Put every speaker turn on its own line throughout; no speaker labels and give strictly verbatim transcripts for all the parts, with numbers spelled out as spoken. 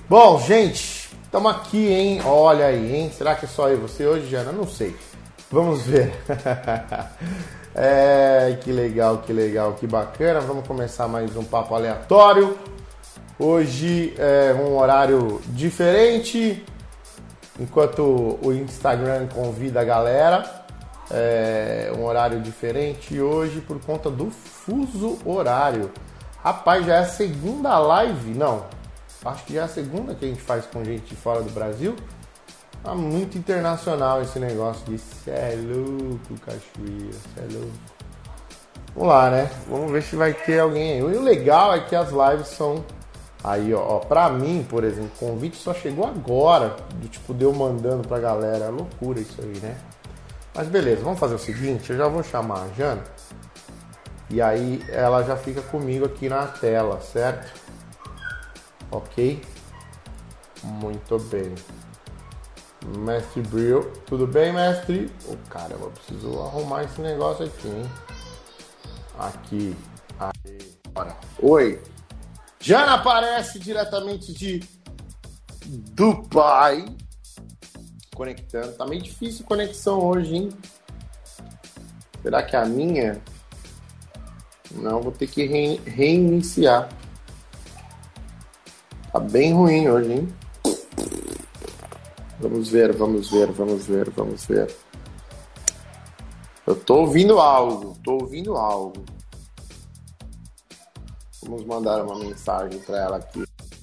Bom, gente, estamos aqui, hein? Olha aí, hein? Será que é só eu e você hoje, Jana? Não sei. Vamos ver. É, que legal, que legal, que bacana. Vamos começar mais um papo aleatório. Hoje é um horário diferente, enquanto o Instagram convida a galera. É um horário diferente hoje por conta do fuso horário. Rapaz, já é a segunda live? Não, acho que já é a segunda que a gente faz com gente de fora do Brasil. Tá muito internacional esse negócio de cê é louco, cachoeira, cê é louco. Vamos lá, né? Vamos ver se vai ter alguém aí. E o legal é que as lives são... Aí, ó, ó, pra mim, por exemplo, o convite só chegou agora, do tipo, de eu mandando pra galera. É loucura isso aí, né? Mas beleza, vamos fazer o seguinte, eu já vou chamar a Jana. E aí ela já fica comigo aqui na tela, certo? Ok? Muito bem. Mestre Bril, tudo bem, mestre? Ô, oh, caramba, eu preciso arrumar esse negócio aqui, hein? Aqui. Aí. Bora. Oi. Jana aparece diretamente de Dubai. Conectando. Tá meio difícil a conexão hoje, hein? Será que é a minha? Não, vou ter que re- reiniciar. Tá bem ruim hoje, hein? Vamos ver, vamos ver, vamos ver, vamos ver. Eu tô ouvindo algo, tô ouvindo algo. Vamos mandar uma mensagem para ela aqui.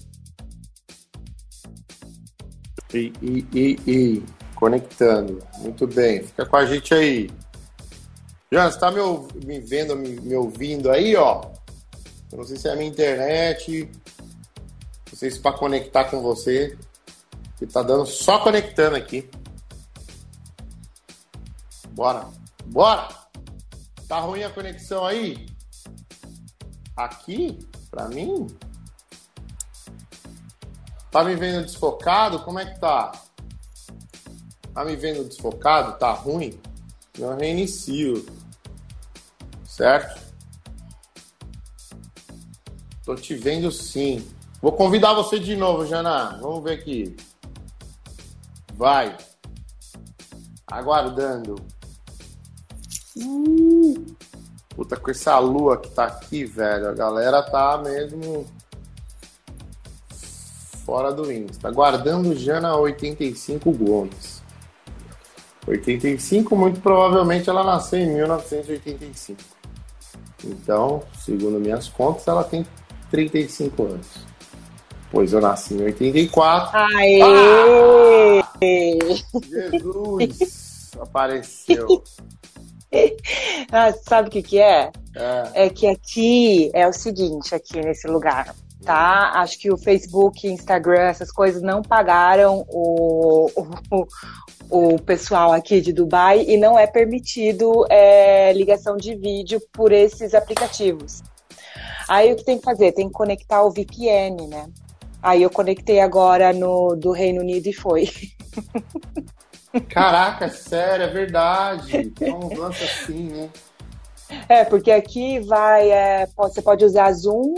E, e, e, e, conectando. Muito bem, fica com a gente aí. Jana, você tá me, me vendo, me, me ouvindo aí, ó? Eu não sei se é a minha internet, não sei se para conectar com você. Que tá dando só conectando aqui. Bora. Bora. Tá ruim a conexão aí? Aqui? Pra mim? Tá me vendo desfocado? Como é que tá? Tá me vendo desfocado? Tá ruim? Eu reinicio. Certo? Tô te vendo sim. Vou convidar você de novo, Jana. Vamos ver aqui. Vai. Aguardando. Uh, puta, com essa lua que tá aqui, velho. A galera tá mesmo fora do Insta. Aguardando Jana oitenta e cinco Gomes. oitenta e cinco, muito provavelmente ela nasceu em mil novecentos e oitenta e cinco. Então, segundo minhas contas, ela tem trinta e cinco anos. Pois eu nasci em oitenta e quatro.
Aê!
Ah! Jesus apareceu.
Ah, sabe o que que é?
É.
É que aqui é o seguinte, aqui nesse lugar, tá? Acho que o Facebook, Instagram, essas coisas não pagaram o, o, o pessoal aqui de Dubai e não é permitido é, ligação de vídeo por esses aplicativos. Aí o que tem que fazer? Tem que conectar o V P N, né? Aí eu conectei agora no do Reino Unido e foi.
Caraca, sério, é verdade. Tem uns lances assim, né?
É, porque aqui vai, é, pode, você pode usar Zoom,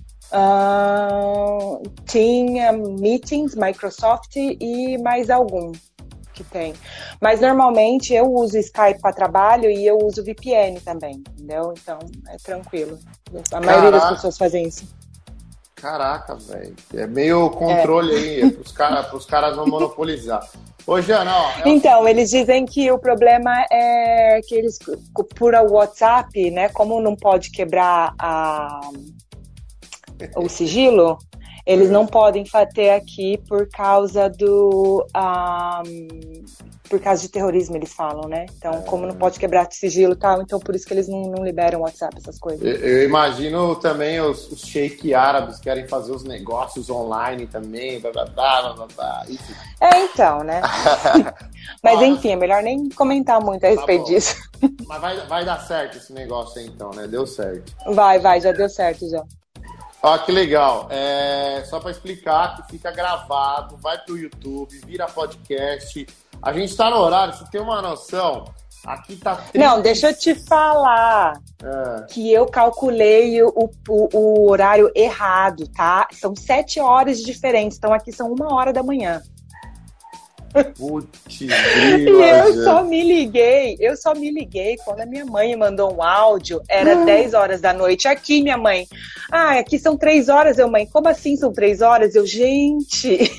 uh, Team Meetings, Microsoft e mais algum que tem. Mas normalmente eu uso Skype para trabalho e eu uso V P N também, entendeu? Então é tranquilo. A maioria das pessoas fazem isso.
Caraca, velho. É meio controle é. aí, é pros caras pros caras não monopolizar. Ô, Jana, ó. É
então, assim... eles dizem que o problema é que eles, por o WhatsApp, né, como não pode quebrar a, o sigilo, eles não podem ter aqui por causa do... Um, por causa de terrorismo, eles falam, né? Então, como não pode quebrar sigilo e tal, então por isso que eles não, não liberam o WhatsApp, essas coisas.
Eu, eu imagino também os, os sheik árabes querem fazer os negócios online também, blá, blá, blá, blá, blá, enfim.
É, então, né? Mas, enfim, é melhor nem comentar muito a respeito tá disso.
Mas vai, vai dar certo esse negócio aí, então, né? Deu certo.
Vai, vai, já deu certo, já.
Ó, que legal. É, só para explicar que fica gravado, vai pro YouTube, vira podcast. A gente tá no horário, você tem uma noção, Aqui tá trinta...
Não, deixa eu te falar
é.
que eu calculei o, o, o horário errado, tá? São sete horas de diferença, então aqui são uma hora da manhã.
Putz,
e eu
gente.
só me liguei, eu só me liguei quando a minha mãe mandou um áudio, era
Hum.
dez horas da noite. Aqui, minha mãe, ah, aqui são três horas. Eu, mãe, como assim são três horas? Eu, gente...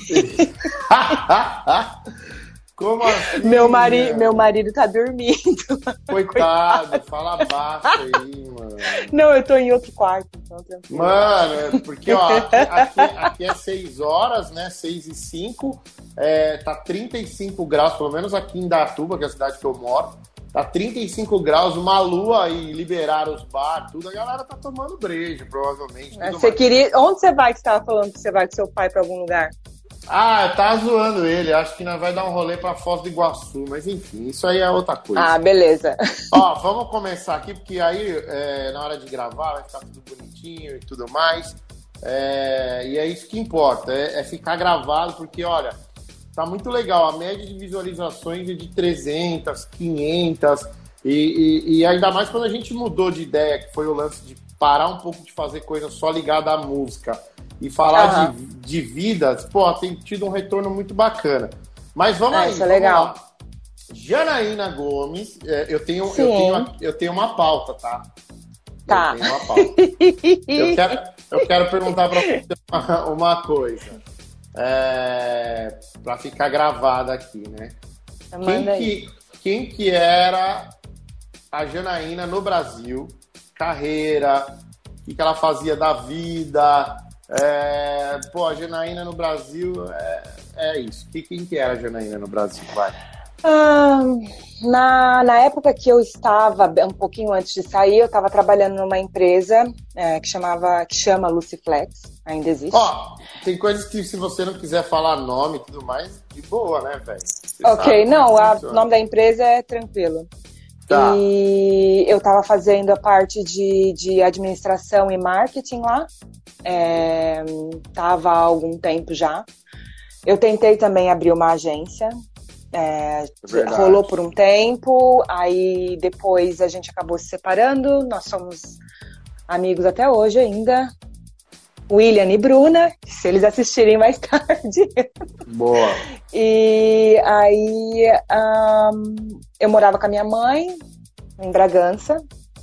Como assim?
Meu, mari,
né?
meu marido tá dormindo.
Coitado, Coitado. Fala baixo aí, mano.
Não, eu tô em outro quarto, então tranquilo.
Mano, é porque ó, aqui, aqui, aqui é seis horas, né? seis e cinco, é, tá trinta e cinco graus, pelo menos aqui em Datuba, que é a cidade que eu moro. Tá trinta e cinco graus, uma lua e liberaram os bar, tudo. A galera tá tomando brejo, provavelmente.
É, você queria... Onde você vai que você tava falando que você vai com seu pai pra algum lugar?
Ah, eu tava zoando ele. Acho que nós vai dar um rolê pra Foz do Iguaçu. Mas enfim, isso aí é outra coisa.
Ah, beleza.
Ó, vamos começar aqui, porque aí é, na hora de gravar vai ficar tudo bonitinho e tudo mais. É, e é isso que importa, é, é ficar gravado, porque olha, tá muito legal. A média de visualizações é de trezentas, quinhentas. E, e, e ainda mais quando a gente mudou de ideia, que foi o lance de parar um pouco de fazer coisa só ligada à música e falar
uhum.
de, de vidas, pô, tem tido um retorno muito bacana. Mas vamos
ah,
aí,
isso é
vamos
legal.
lá. Janaína Gomes, é, eu, tenho, eu,
Sim.
tenho, eu tenho uma pauta, tá?
Tá.
Eu tenho uma pauta. eu, quero, eu quero perguntar pra você uma, uma coisa. É, pra ficar gravada aqui, né? Quem que, quem que era a Janaína no Brasil? Carreira, o que, que ela fazia da vida? É, pô, a Janaína no Brasil é, é isso. Que, quem que era a Janaína no Brasil? Vai.
Ah, na, na época que eu estava, um pouquinho antes de sair, eu estava trabalhando numa empresa é, que, chamava, que chama Luciflex, ainda existe.
Ó, tem coisas que se você não quiser falar nome e tudo mais, de boa, né, velho?
Ok, não, o nome da empresa é tranquilo. Tá. E eu estava fazendo a parte de, de administração e marketing lá, é, tava há algum tempo já. Eu tentei também abrir uma agência, é, rolou por um tempo, aí depois a gente acabou se separando, nós somos amigos até hoje ainda, William e Bruna, se eles assistirem mais tarde.
Boa.
E aí um, eu morava com a minha mãe em Bragança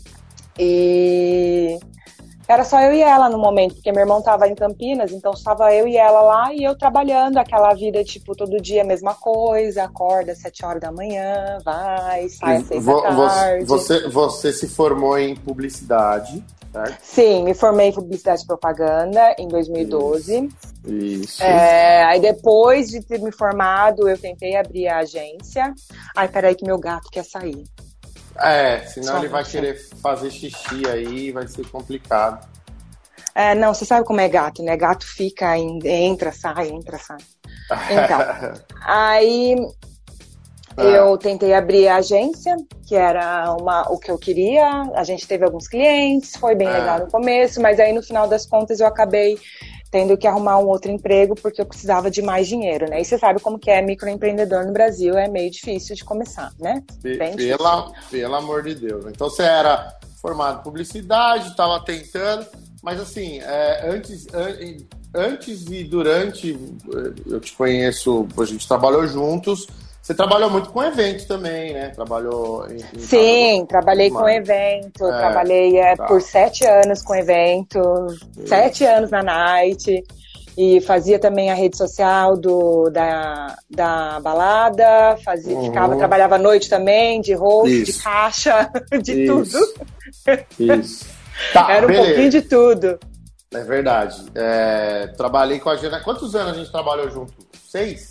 e era só eu e ela no momento, porque meu irmão estava em Campinas, então estava eu e ela lá e eu trabalhando, aquela vida, tipo, todo dia a mesma coisa, acorda às sete horas da manhã, vai, sai às seis da tarde.
Você, você se formou em publicidade, certo?
Sim, me formei em publicidade e propaganda em dois mil e doze.
Isso. Isso.
É, aí depois de ter me formado, eu tentei abrir a agência. Ai, peraí que meu gato quer sair.
É, senão
Só
ele vai
você.
querer fazer xixi aí, vai ser complicado.
É, não, você sabe como é gato, né? Gato fica, entra, sai, entra, sai. Então, aí ah. eu tentei abrir a agência, que era uma, o que eu queria. A gente teve alguns clientes, foi bem ah. legal no começo, mas aí no final das contas eu acabei tendo que arrumar um outro emprego porque eu precisava de mais dinheiro, né? E você sabe como que é microempreendedor no Brasil, é meio difícil de começar, né?
Bem pela, pelo amor de Deus. Então você era formado em publicidade, estava tentando, mas assim, é, antes, an, antes e durante, eu te conheço, a gente trabalhou juntos. Você trabalhou muito com eventos também, né? Trabalhou em... em
Sim, trabalhei com evento. É, trabalhei é, tá. por sete anos com evento. Isso. Sete anos na Night. E fazia também a rede social do, da, da balada. Fazia, uhum. ficava, trabalhava à noite também, de host, Isso. de caixa, de
Isso.
tudo.
Isso. Tá,
Era um
beleza.
pouquinho de tudo.
É verdade. É, trabalhei com a Jana. Quantos anos a gente trabalhou junto? Seis?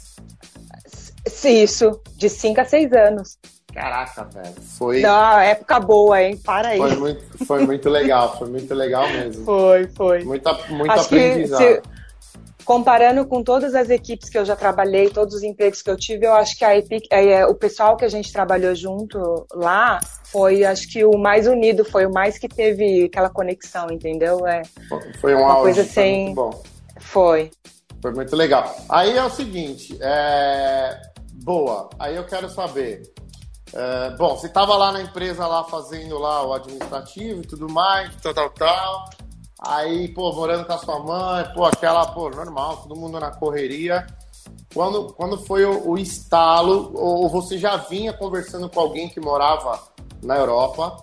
Isso, de cinco a seis anos.
Caraca, velho. Foi.
Não, época boa, hein? Para aí.
Foi muito, foi muito legal, foi muito legal mesmo.
Foi, foi.
Muita, muito
Acho
aprendizado.
Que, se, comparando com todas as equipes que eu já trabalhei, todos os empregos que eu tive, eu acho que a Epic, é, o pessoal que a gente trabalhou junto lá foi, acho que o mais unido, foi o mais que teve aquela conexão, entendeu? É,
foi um
uma
auge,
coisa
foi
sem...
muito bom.
Foi.
Foi muito legal. Aí é o seguinte, é... boa, aí eu quero saber, É, bom, você tava lá na empresa lá fazendo lá o administrativo e tudo mais, tal, tal, tal. Aí, pô, morando com a sua mãe, pô, aquela, pô, normal, todo mundo na correria. Quando, quando foi o, o estalo, ou você já vinha conversando com alguém que morava na Europa,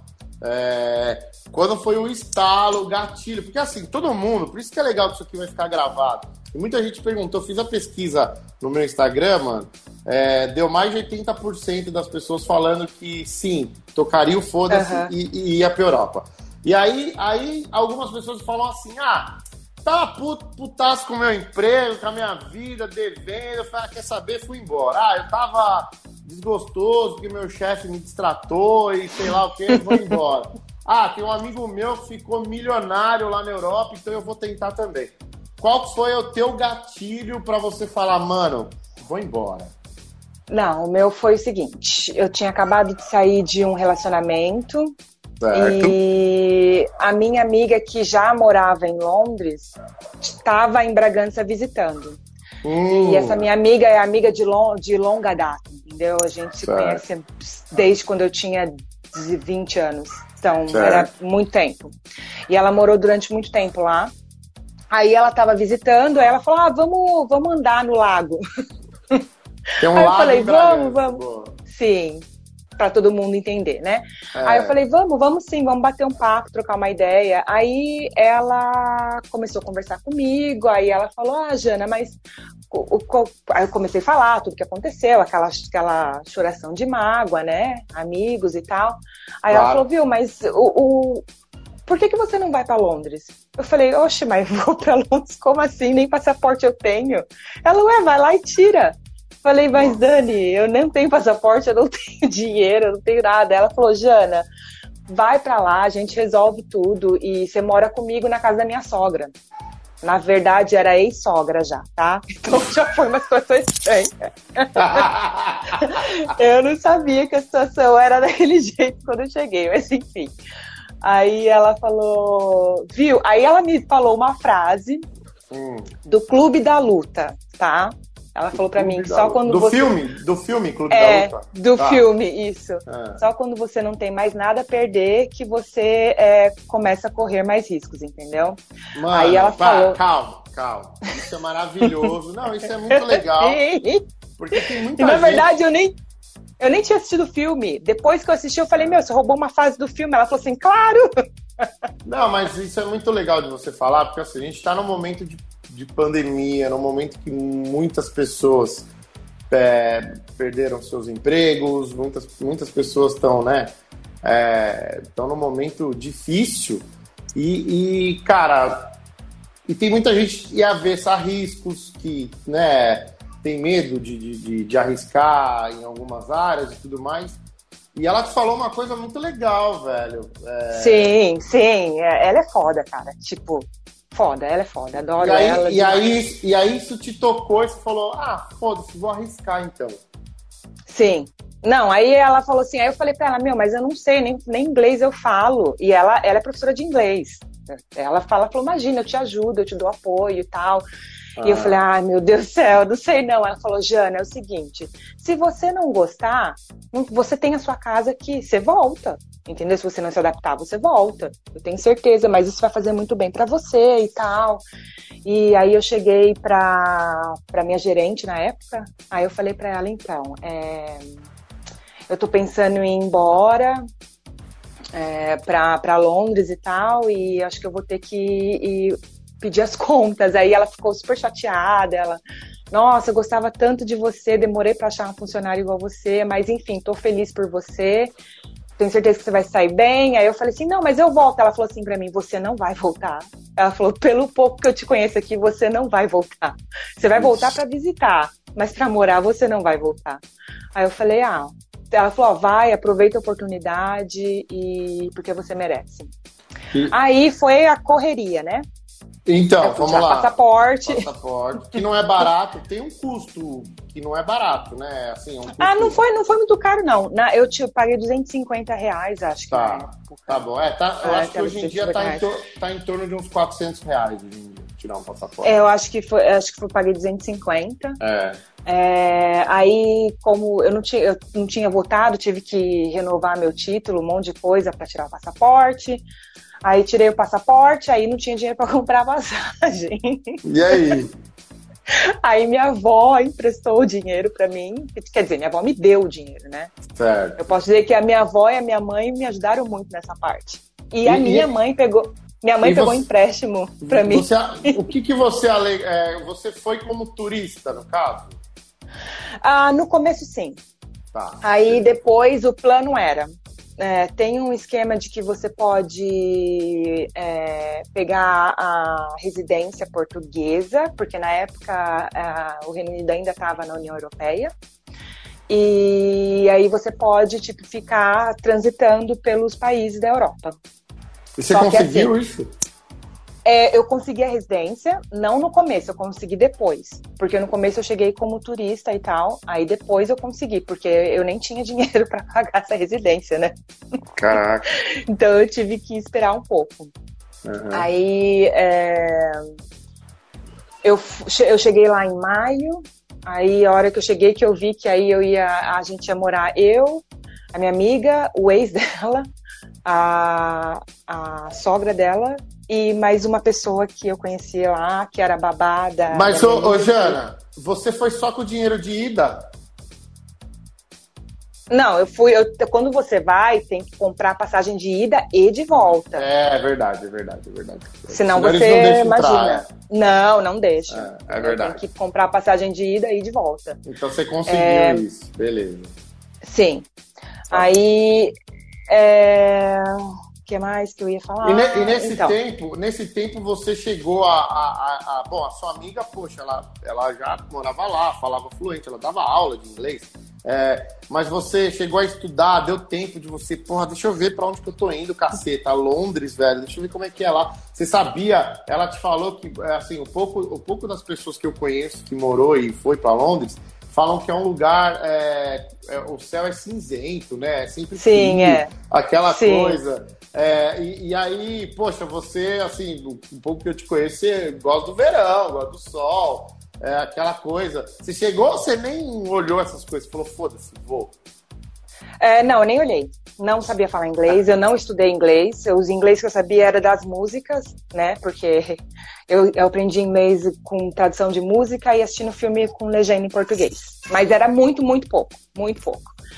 é, quando foi o estalo, o gatilho, porque assim, todo mundo, por isso que é legal que isso aqui vai ficar gravado. E muita gente perguntou, eu fiz a pesquisa no meu Instagram, mano, é, deu mais de oitenta por cento das pessoas falando que sim, tocaria o foda-se uhum. e, e ia pra Europa. E aí, aí algumas pessoas falam assim, ah, tá puto, putaço com o meu emprego, com a minha vida, devendo, eu falei, ah, quer saber, fui embora. Ah, eu tava desgostoso porque meu chefe me distratou e sei lá o que, vou embora. Ah, tem um amigo meu que ficou milionário lá na Europa, então eu vou tentar também. Qual foi o teu gatilho pra você falar, mano, vou embora?
Não, o meu foi o seguinte, eu tinha acabado de sair de um relacionamento, certo. E a minha amiga que já morava em Londres estava em Bragança visitando. Hum. E essa minha amiga é amiga de, long, de longa data, entendeu? A gente se certo. conhece desde quando eu tinha vinte anos, então certo. era muito tempo. E ela morou durante muito tempo lá. Aí ela estava visitando, aí ela falou, ah, vamos, vamos andar no lago.
Tem um
aí
lago
eu falei, vamos,
Bragança.
vamos.
Boa.
Sim. Pra todo mundo entender, né? É. Aí eu falei, vamos, vamos sim, vamos bater um papo, trocar uma ideia. Aí ela começou a conversar comigo, aí ela falou, ah, Jana, mas... O, o, aí eu comecei a falar tudo que aconteceu, aquela, aquela choração de mágoa, né? Amigos e tal. Aí claro. Ela falou, viu, mas o, o... por que que você não vai pra Londres? Eu falei, oxe, mas vou pra Londres, como assim? Nem passaporte eu tenho. Ela, ué, vai lá e tira. Falei, mas Dani, eu nem tenho passaporte, eu não tenho dinheiro, eu não tenho nada. Ela falou, Jana, vai pra lá, a gente resolve tudo e você mora comigo na casa da minha sogra. Na verdade, era ex-sogra já, tá? Então já foi uma situação estranha. Eu não sabia que a situação era daquele jeito quando eu cheguei, mas enfim. Aí ela falou, viu? Aí ela me falou uma frase hum. do Clube da Luta, tá? Ela falou pra mim que só quando
do
você...
Do filme? Do filme Clube
é,
da Luta?
Do tá. filme, isso.
É.
Só quando você não tem mais nada a perder que você é, começa a correr mais riscos, entendeu?
Mano,
aí ela
pá,
falou...
calma, calma. Isso é maravilhoso. Não, isso é muito legal. Porque tem muita
e, na
gente...
verdade, eu nem... Eu nem tinha assistido o filme. Depois que eu assisti, eu falei, meu, você roubou uma fase do filme. Ela falou assim, claro!
Não, mas isso é muito legal de você falar, porque assim, a gente tá num momento de, de pandemia, num momento que muitas pessoas é, perderam seus empregos, muitas, muitas pessoas estão, né, estão é, num momento difícil e, e, cara, e tem muita gente avessa a riscos, que, né, tem medo de, de, de arriscar em algumas áreas e tudo mais. E ela te falou uma coisa muito legal, velho. É...
Sim, sim. Ela é foda, cara. Tipo, foda, ela é foda. Adoro
e aí,
ela.
E aí, e aí isso te tocou e você falou, ah, foda-se, vou arriscar então.
Sim. Não, aí ela falou assim, aí eu falei pra ela, meu, mas eu não sei, nem, nem inglês eu falo. E ela, ela é professora de inglês. Ela fala, falou, imagina, eu te ajudo, eu te dou apoio e tal. Ah. E eu falei, ai, meu Deus do céu, não sei não. Ela falou, Jana, é o seguinte, se você não gostar, você tem a sua casa aqui, você volta, entendeu? Se você não se adaptar, você volta. Eu tenho certeza, mas isso vai fazer muito bem pra você e tal. E aí eu cheguei pra, pra minha gerente na época, aí eu falei pra ela, então, é, eu tô pensando em ir embora é, pra, pra Londres e tal, e acho que eu vou ter que ir pedir as contas. Aí ela ficou super chateada, ela, nossa, eu gostava tanto de você, demorei pra achar uma funcionária igual você, mas enfim, tô feliz por você, tenho certeza que você vai sair bem. Aí eu falei assim, não, mas eu volto. Ela falou assim pra mim, você não vai voltar. Ela falou, pelo pouco que eu te conheço aqui, você não vai voltar. Você vai voltar pra visitar, mas pra morar você não vai voltar. Aí eu falei, ah, ela falou, ó, vai, aproveita a oportunidade e porque você merece. E... Aí foi a correria, né?
Então,
eu fui
vamos
tirar
lá.
passaporte.
Passaporte, que não é barato, tem um custo que não é barato, né? Assim, um custo...
Ah, não foi, não foi muito caro, não. Na, eu, te, eu paguei duzentos e cinquenta reais, acho que
Tá,
na época.
tá bom. É, tá, eu
É,
acho que hoje em dia tá em, tor- tá em torno de uns quatrocentos reais hoje em dia, tirar um passaporte.
É, eu acho que foi, acho que foi, paguei duzentos e cinquenta.
É.
É, aí, como eu não, tinha, eu não tinha votado, tive que renovar meu título, um monte de coisa para tirar o passaporte. Aí tirei o passaporte, aí não tinha dinheiro para comprar passagem.
E aí?
Aí minha avó emprestou o dinheiro para mim. Quer dizer, minha avó me deu o dinheiro, né?
Certo.
Eu posso dizer que a minha avó e a minha mãe me ajudaram muito nessa parte. E,
E-
a minha
e-
mãe pegou... Minha mãe
e
pegou
você-
um empréstimo para mim.
Você, o que que você alega? É, você foi como turista, no caso?
Ah, no começo, sim.
Tá.
Aí depois o plano era, é, tem um esquema de que você pode é, pegar a residência portuguesa, porque na época a, o Reino Unido ainda estava na União Europeia, e aí você pode tipo, ficar transitando pelos países da Europa.
E você
Só que
conseguiu
assim,
isso?
É, eu consegui a residência, não no começo, eu consegui depois. Porque no começo eu cheguei como turista e tal, aí depois eu consegui, porque eu nem tinha dinheiro para pagar essa residência, né?
Caraca.
Então eu tive que esperar um pouco.
Uhum.
Aí é, eu, eu cheguei lá em maio, aí a hora que eu cheguei que eu vi que aí eu ia, a gente ia morar eu, a minha amiga, o ex dela, a, a sogra dela e mais uma pessoa que eu conhecia lá, que era babá da...
Mas,
da
ô,
minha
ô
amiga.
Jana, você foi só com o dinheiro de ida?
Não, eu fui... Eu, quando você vai, tem que comprar passagem de ida e de volta.
É, é verdade, é verdade, é verdade.
Senão,
eles
você
não deixam
imagina.
entrar,
Não, não deixa.
É, é verdade.
Tem que comprar passagem de ida e de volta.
Então você conseguiu
É...
isso, beleza.
Sim. Aí... É... O que mais que eu ia falar?
E, ne- e nesse,
então,
tempo, nesse tempo você chegou a, a, a, a... Bom, a sua amiga, poxa, ela, ela já morava lá, falava fluente, ela dava aula de inglês. É, mas você chegou a estudar, deu tempo de você... Porra, deixa eu ver pra onde que eu tô indo, caceta. Londres, velho, deixa eu ver como é que é lá. Você sabia, ela te falou que, assim, o pouco, o pouco das pessoas que eu conheço que morou e foi pra Londres... Falam que é um lugar, é, é, o céu é cinzento, né? É sempre
sim,
frio,
é.
aquela
Sim.
coisa. É, e, e aí, poxa, você, assim, um pouco que eu te conheço, você gosta do verão, gosta do sol, é, aquela coisa. Você chegou, você nem olhou essas coisas, falou, foda-se, vou.
É, não, eu nem olhei. Não sabia falar inglês, eu não estudei inglês. Os inglês que eu sabia era das músicas, né? Porque eu, eu aprendi inglês com tradução de música e assistindo filme com legenda em português. Mas era muito, muito pouco. Muito pouco.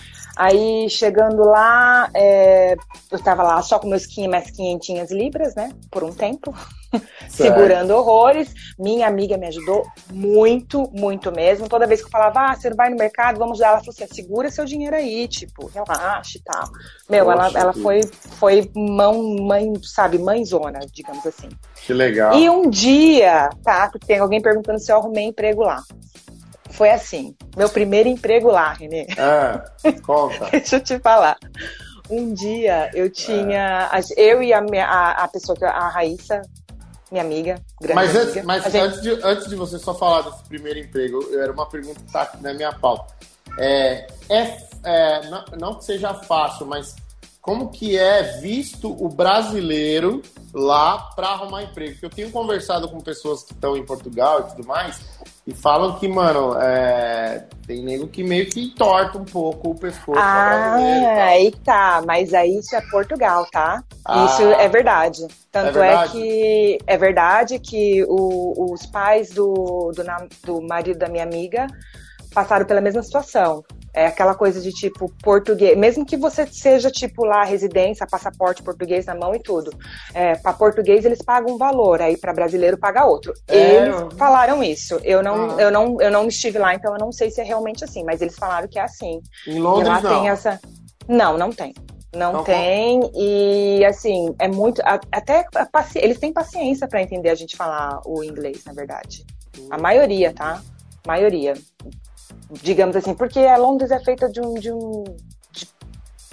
Aí, chegando lá, é, eu tava lá só com meus quinhentas libras, né? Por um tempo. Segurando horrores. Minha amiga me ajudou muito, muito mesmo. Toda vez que eu falava, ah, você não vai no mercado, vamos lá. Ela falou assim, segura seu dinheiro aí, tipo, relaxa e tal. Meu,
Poxa,
ela, ela
que...
foi, foi mão, mãe, sabe, mãezona, digamos assim.
Que legal.
E um dia, tá, tem alguém perguntando se eu arrumei emprego lá. Foi assim, meu primeiro emprego lá, Renê.
É, conta.
Deixa eu te falar. Um dia eu tinha, é. eu e a, minha, a, a pessoa, a Raíssa, minha amiga, grande
mas
amiga.
Antes, mas
gente...
antes, de, antes de você só falar desse primeiro emprego, era uma pergunta que tá aqui na minha pauta. É, é, é, não, não que seja fácil, mas como que é visto o brasileiro lá para arrumar emprego? Porque eu tenho conversado com pessoas que estão em Portugal e tudo mais, e falam que, mano, é, tem nego que meio que entorta um pouco o pescoço
ah,
brasileiro. Ah,
aí tá, mas aí isso é Portugal, tá?
Ah,
isso é verdade. Tanto
é, verdade?
é que é verdade que o, os pais do, do, do marido da minha amiga passaram pela mesma situação. É aquela coisa de, tipo, português. Mesmo que você seja, tipo, lá, residência, passaporte português na mão e tudo. É, para português, eles pagam um valor. Aí, para brasileiro, paga outro. É... Eles falaram isso. Eu não, ah. eu, não, eu não estive lá, então eu não sei se é realmente assim. Mas eles falaram que é assim.
Em Londres,
e lá
não?
Tem essa... Não, não tem. Não, não tem. Como? E, assim, é muito... Até paci... eles têm paciência para entender a gente falar o inglês, na verdade. Hum. A maioria, tá? A maioria. Digamos assim, porque a Londres é feita de um, de um de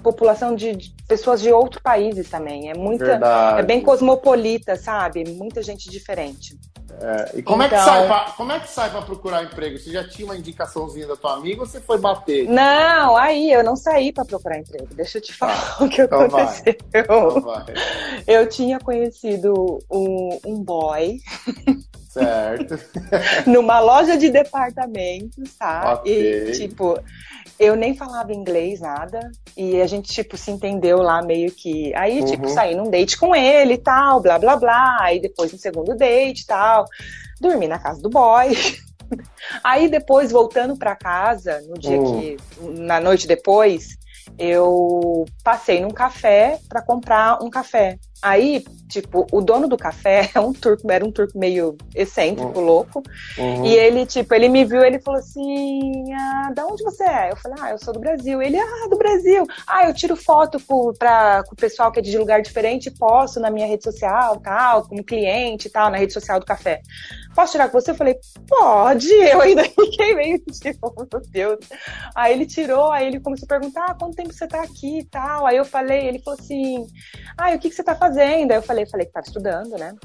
população de, de pessoas de outros países também. É muita,
Verdade.
é bem cosmopolita, sabe? Muita gente diferente.
É, e como, então... é que sai pra, como é que sai pra procurar emprego? Você já tinha uma indicaçãozinha da tua amiga ou você foi bater?
Não, aí eu não saí pra procurar emprego. Deixa eu te falar ah, o que então aconteceu. Vai. Então vai. Eu tinha conhecido um, um boy.
Certo.
Numa loja de departamentos, tá?
Okay.
E, tipo, eu nem falava inglês, nada. E a gente, tipo, se entendeu lá meio que... Aí, uhum. tipo, saí num date com ele e tal, blá, blá, blá. Aí depois no segundo date e tal. Dormi na casa do boy. Aí depois, voltando pra casa, no dia uhum. que... Na noite depois, eu passei num café pra comprar um café. Aí, tipo, o dono do café é um turco, era um turco meio excêntrico, uhum. louco. Uhum. E ele, tipo, ele me viu, ele falou assim, ah, da onde você é? Eu falei, ah, eu sou do Brasil. Ele, ah, do Brasil. Ah, eu tiro foto pro, pra, com o pessoal que é de lugar diferente e posto na minha rede social, tal, como cliente e tal, na rede social do café. Posso tirar com você? Eu falei, pode. Eu ainda fiquei meio, tipo, meu Deus. Aí ele tirou, aí ele começou a perguntar, ah, quanto tempo você tá aqui e tal. Aí eu falei, ele falou assim, ah, e o que, que você tá fazendo? Aí eu falei, falei que tava estudando, né?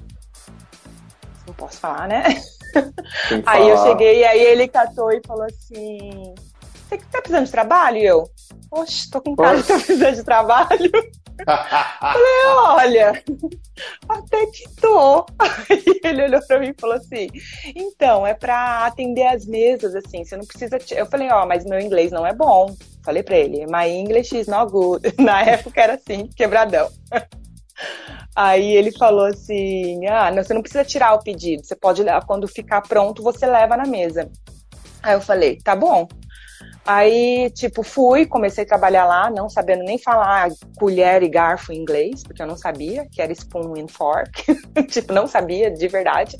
Não posso falar, né? Aí eu cheguei, aí ele catou e falou assim, você tá precisando de trabalho? E eu, oxe, tô com cara de tô precisando de trabalho. Falei, olha, até que tô. Aí ele olhou pra mim e falou assim, então, é pra atender as mesas, assim, você não precisa... T-. Eu falei, ó, oh, mas meu inglês não é bom. Falei pra ele, my English is not good. Na época era assim, quebradão. Aí ele falou assim, ah, não, você não precisa tirar o pedido, você pode, quando ficar pronto, você leva na mesa. Aí eu falei, tá bom. Aí, tipo, fui, comecei a trabalhar lá, não sabendo nem falar colher e garfo em inglês, porque eu não sabia, que era spoon and fork. Tipo, não sabia, de verdade.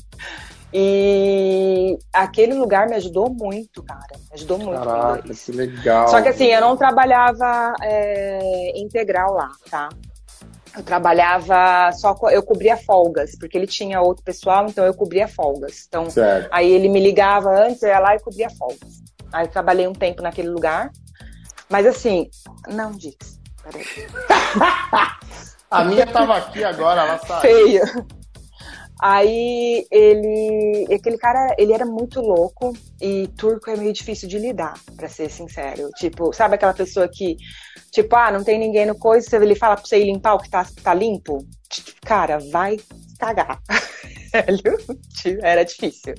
E aquele lugar me ajudou muito, cara. Me ajudou muito.
Caraca, que legal.
Só que assim, eu não trabalhava é, integral lá, tá? Eu trabalhava só, eu cobria folgas, porque ele tinha outro pessoal, então eu cobria folgas. Então, certo. Aí ele me ligava antes, eu ia lá e cobria folgas. Aí eu trabalhei um tempo naquele lugar. Mas assim, não, Dix, peraí.
A minha tava aqui agora, ela saiu.
Feia. Aí ele, aquele cara, ele era muito louco e turco é meio difícil de lidar, pra ser sincero. Tipo, sabe aquela pessoa que, tipo, ah, não tem ninguém no coisa, ele fala pra você ir limpar o que tá, tá limpo? Cara, vai cagar. Era difícil.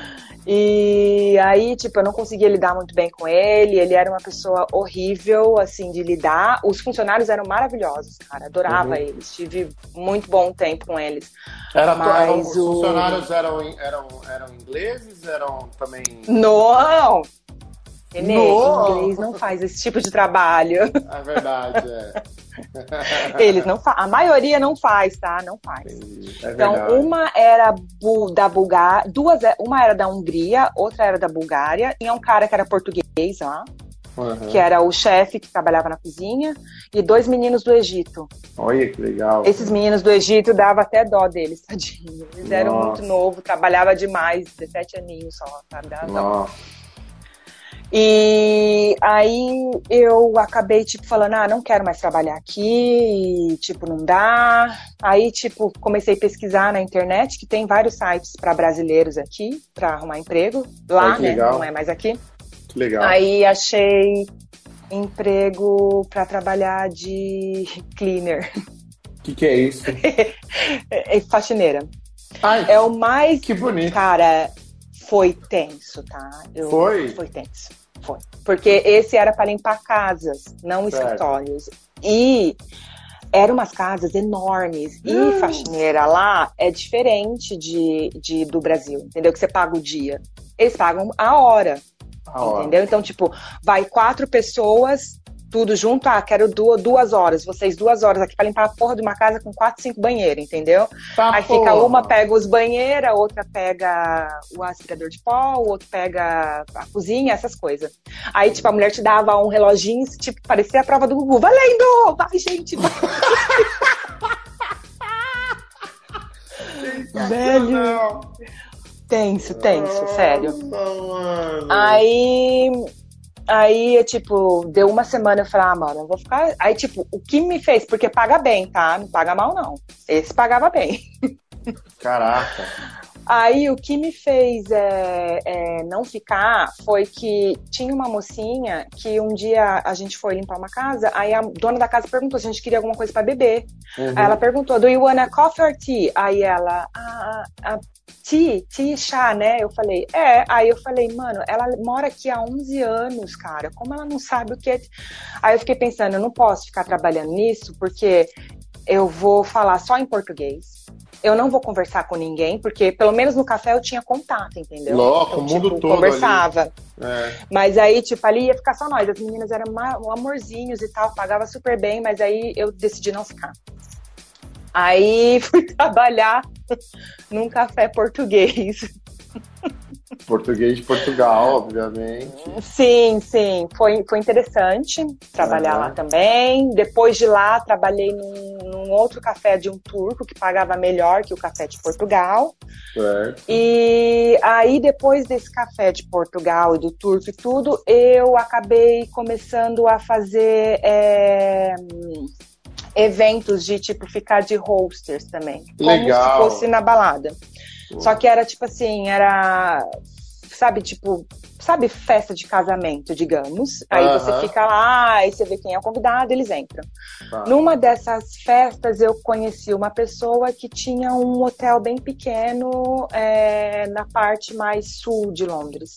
E aí, tipo, eu não conseguia lidar muito bem com ele, ele era uma pessoa horrível, assim, de lidar. Os funcionários eram maravilhosos, cara, adorava uhum. eles, tive muito bom tempo com eles.
Era, Mas eram, os o... funcionários eram, eram, eram ingleses, eram também...
Não! Renê, inglês não faz esse tipo de trabalho.
É verdade, é.
Eles não fa- a maioria não faz, tá? Não faz.
É
então,
verdade.
uma era bu- da Bulgária, duas, uma era da Hungria, outra era da Bulgária. Tinha um cara que era português lá, uhum. que era o chefe que trabalhava na cozinha, e dois meninos do Egito.
Olha que legal.
Esses meninos do Egito dava até dó deles, tadinho. Eles Nossa. eram muito novos, trabalhava demais, dezessete aninhos só, sabe? Dava dó. E aí eu acabei, tipo, falando, ah, não quero mais trabalhar aqui, e, tipo, não dá. Aí, tipo, comecei a pesquisar na internet, que tem vários sites para brasileiros aqui, para arrumar emprego. Lá, Ai, né, legal. Não é mais aqui.
Que legal.
Aí achei emprego para trabalhar de cleaner.
O que, que é isso?
É faxineira.
Ai,
é o mais...
Que bonito.
Cara... Foi tenso, tá? Eu,
foi?
Foi tenso, foi. Porque esse era para limpar casas, não certo. escritórios. E eram umas casas enormes. Hum. E faxineira lá é diferente de, de, do Brasil, entendeu? Que você paga o dia. Eles pagam a hora, a entendeu? Hora. Então, tipo, vai quatro pessoas... Tudo junto, ah, quero duas, duas horas, vocês duas horas aqui pra limpar a porra de uma casa com quatro, cinco banheiros, entendeu? Tá Aí porra. Fica uma, pega os banheiros, a outra pega o aspirador de pó, o outro pega a cozinha, essas coisas. Aí, tipo, a mulher te dava um reloginho, tipo, parecia a prova do Gugu, valendo! Vai, gente! Vai. Velho! Tenso, tenso, sério.
Nossa, mano.
Aí... aí, tipo, deu uma semana, eu falei, ah, mano, eu vou ficar... Aí, tipo, o que me fez, porque paga bem, tá? Não paga mal, não. Esse pagava bem.
Caraca.
Aí, o que me fez é, é, não ficar foi que tinha uma mocinha que um dia a gente foi limpar uma casa, aí a dona da casa perguntou se a gente queria alguma coisa pra beber. Uhum. Aí ela perguntou, do you wanna coffee or tea? Aí ela, ah, ah, tea, tea, chá, né? Eu falei, é. Aí eu falei, mano, ela mora aqui há onze anos, cara, como ela não sabe o que é... Aí eu fiquei pensando, eu não posso ficar trabalhando nisso, porque eu vou falar só em português. Eu não vou conversar com ninguém, porque pelo menos no café eu tinha contato, entendeu?
Louco,
então,
o mundo
tipo,
todo
conversava.
É.
Mas aí, tipo, ali ia ficar só nós. As meninas eram amorzinhos e tal, pagava super bem, mas aí eu decidi não ficar. Aí fui trabalhar num café português.
Português de Portugal, obviamente.
Sim, sim. Foi, foi interessante trabalhar uhum. lá também. Depois de lá, trabalhei num, num outro café de um turco que pagava melhor que o café de Portugal.
Certo.
E aí, depois desse café de Portugal e do turco e tudo, eu acabei começando a fazer é, eventos de, tipo, ficar de hosters também.
Legal.
Como se fosse na balada. Só que era tipo assim, era, sabe, tipo, sabe, festa de casamento, digamos. Aí uh-huh. você fica lá, aí você vê quem é o convidado, eles entram. Uh-huh. Numa dessas festas, eu conheci uma pessoa que tinha um hotel bem pequeno é, na parte mais sul de Londres.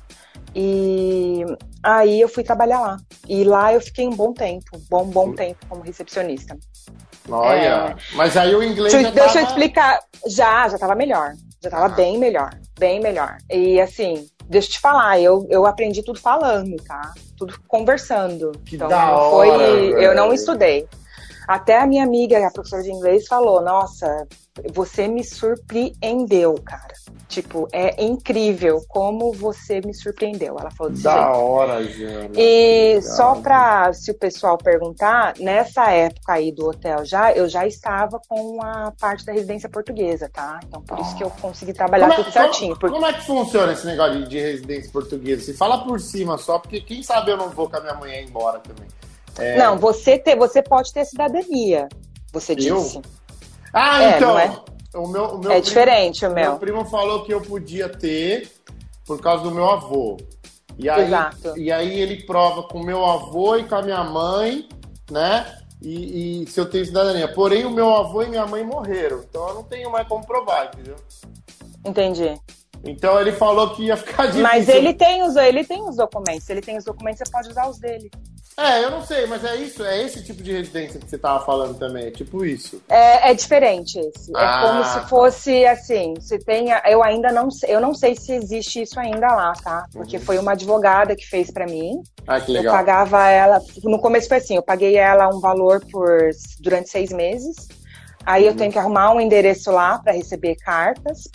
E aí eu fui trabalhar lá. E lá eu fiquei um bom tempo, bom, bom tempo como recepcionista.
Olha, é... mas aí o inglês
deixa,
já
deixa
tava...
eu explicar. Já, já tava melhor. Já tava ah. bem melhor, bem melhor. E assim, deixa eu te falar, eu, eu aprendi tudo falando, tá? Tudo conversando.
Que
então,
da
não foi,
hora,
eu não estudei. Até a minha amiga, a professora de inglês, falou, nossa, você me surpreendeu, cara. Tipo, é incrível como você me surpreendeu. Ela falou desse
Da
jeito.
hora, Jana.
E só pra, se o pessoal perguntar, nessa época aí do hotel já, eu já estava com a parte da residência portuguesa, tá? Então, por isso que eu consegui trabalhar
como
tudo
é,
certinho.
Como,
porque...
como é que funciona esse negócio de, de residência portuguesa? Se fala por cima só, porque quem sabe eu não vou com a minha mãe embora também. É...
Não, você, ter, você pode ter cidadania, você
eu?
disse.
Ah,
é,
então...
Não é?
O meu, o meu
é
primo,
diferente o meu.
Meu primo falou que eu podia ter por causa do meu avô. E aí,
Exato.
E aí ele prova com o meu avô e com a minha mãe, né? E, e se eu tenho cidadania. Porém, o meu avô e minha mãe morreram. Então eu não tenho mais como provar, entendeu?
Entendi.
Então ele falou que ia ficar difícil.
Mas ele tem os, ele tem os documentos. Se ele tem os documentos, você pode usar os dele.
É, eu não sei, mas é isso, é esse tipo de residência que você tava falando também, é tipo isso.
É, é diferente esse.
Ah,
é como se fosse assim, se tenha, eu ainda não sei, eu não sei se existe isso ainda lá, tá? Porque uhum. foi uma advogada que fez pra mim.
Ah, que legal.
Eu pagava ela, no começo foi assim, eu paguei ela um valor por durante seis meses. Aí uhum. eu tenho que arrumar um endereço lá pra receber cartas.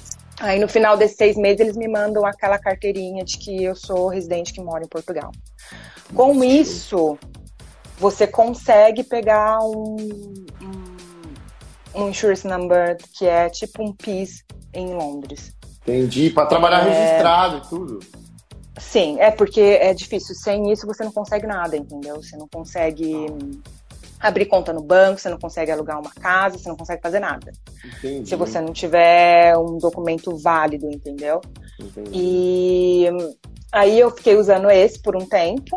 Aí no final desses seis meses eles me mandam aquela carteirinha de que eu sou residente que mora em Portugal. Com isso, você consegue pegar um, um, um insurance number que é tipo um P I S em Londres.
Entendi, para trabalhar é... registrado e tudo.
Sim, é porque é difícil. Sem isso você não consegue nada, entendeu? Você não consegue abrir conta no banco, você não consegue alugar uma casa, você não consegue fazer nada.
Entendi.
Se você não tiver um documento válido, entendeu?
Entendi.
E aí eu fiquei usando esse por um tempo.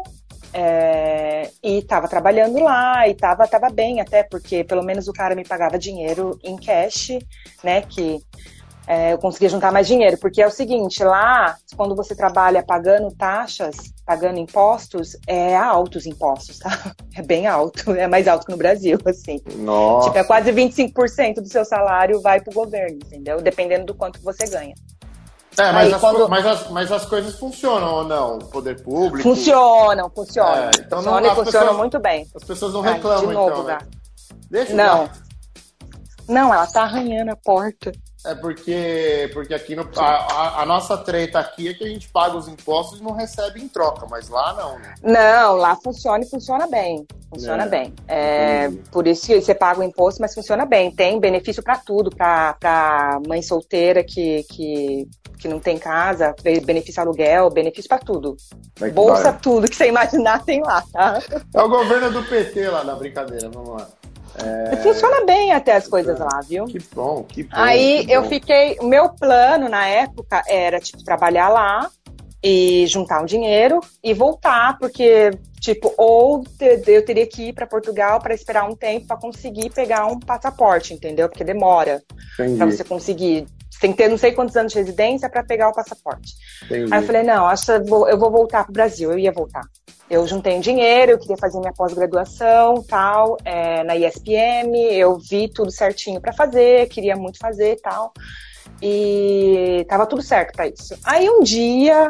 É, e tava trabalhando lá e tava, tava bem até, porque pelo menos o cara me pagava dinheiro em cash, né, que é, eu conseguia juntar mais dinheiro, porque é o seguinte, lá, quando você trabalha pagando taxas, pagando impostos, é altos impostos, tá? É bem alto, é mais alto que no Brasil, assim.
Nossa.
Tipo, é quase vinte e cinco por cento do seu salário vai pro governo, entendeu? Dependendo do quanto você ganha.
É, mas,
Aí,
as,
quando...
mas, as, mas as coisas funcionam ou não? O poder público?
Funcionam, funcionam.
É, então
funcionam
não,
e funcionam
pessoas,
muito bem.
As pessoas não
Ai,
reclamam,
de novo,
então, né?
gato.
Deixa
Não.
Lá.
Não, ela tá arranhando a porta.
É porque, porque aqui no, a, a, a nossa treta aqui é que a gente paga os impostos e não recebe em troca, mas lá não, né?
Não, lá funciona e funciona bem. Funciona
é.
bem. É, por isso que você paga o imposto, mas funciona bem. Tem benefício para tudo, para mãe solteira que, que, que não tem casa, benefício aluguel, benefício pra tudo.
Vai que
Bolsa,
vai.
tudo que você imaginar tem lá, tá?
É o governo do P T lá na brincadeira, vamos lá. É...
Funciona bem até as coisas lá, viu?
Que bom, que bom.
Aí
que
eu
bom.
fiquei. O meu plano na época era, tipo, trabalhar lá e juntar um dinheiro e voltar, porque, tipo, ou te, eu teria que ir para Portugal para esperar um tempo para conseguir pegar um passaporte, entendeu? Porque demora para você conseguir. Você tem que ter não sei quantos anos de residência para pegar o passaporte.
Entendi.
Aí eu falei, não, acho que eu vou, eu vou voltar pro Brasil, eu ia voltar. Eu juntei um dinheiro, eu queria fazer minha pós-graduação, tal, é, na I S P M, eu vi tudo certinho para fazer, queria muito fazer e tal. E tava tudo certo para isso. Aí um dia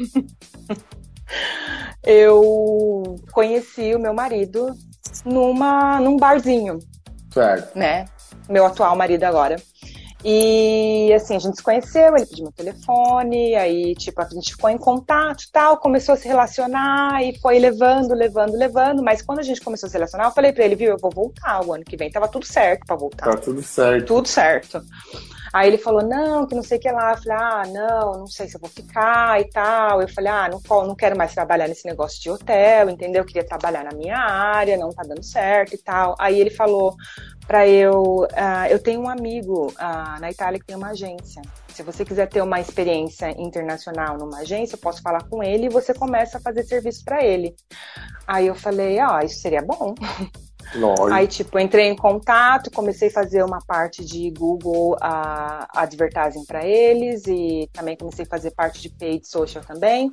eu conheci o meu marido numa, num barzinho.
Certo.
Né? Meu atual marido agora. E assim, a gente se conheceu, ele pediu meu telefone, aí tipo, a gente ficou em contato e tal, começou a se relacionar e foi levando, levando, levando, mas quando a gente começou a se relacionar, eu falei pra ele, viu, eu vou voltar o ano que vem, tava tudo certo pra voltar.
Tá tudo certo.
Tudo certo. Aí ele falou, não, que não sei o que lá. Eu falei, ah, não, não sei se eu vou ficar e tal. Eu falei, ah, não, não quero mais trabalhar nesse negócio de hotel, entendeu? Eu queria trabalhar na minha área, não tá dando certo e tal. Aí ele falou pra eu, uh, eu tenho um amigo uh, na Itália que tem uma agência. Se você quiser ter uma experiência internacional numa agência, eu posso falar com ele e você começa a fazer serviço pra ele. Aí eu falei, ah, isso seria bom.
Lógico.
Aí, tipo, entrei em contato, comecei a fazer uma parte de Google uh, Advertising para eles e também comecei a fazer parte de Paid Social também.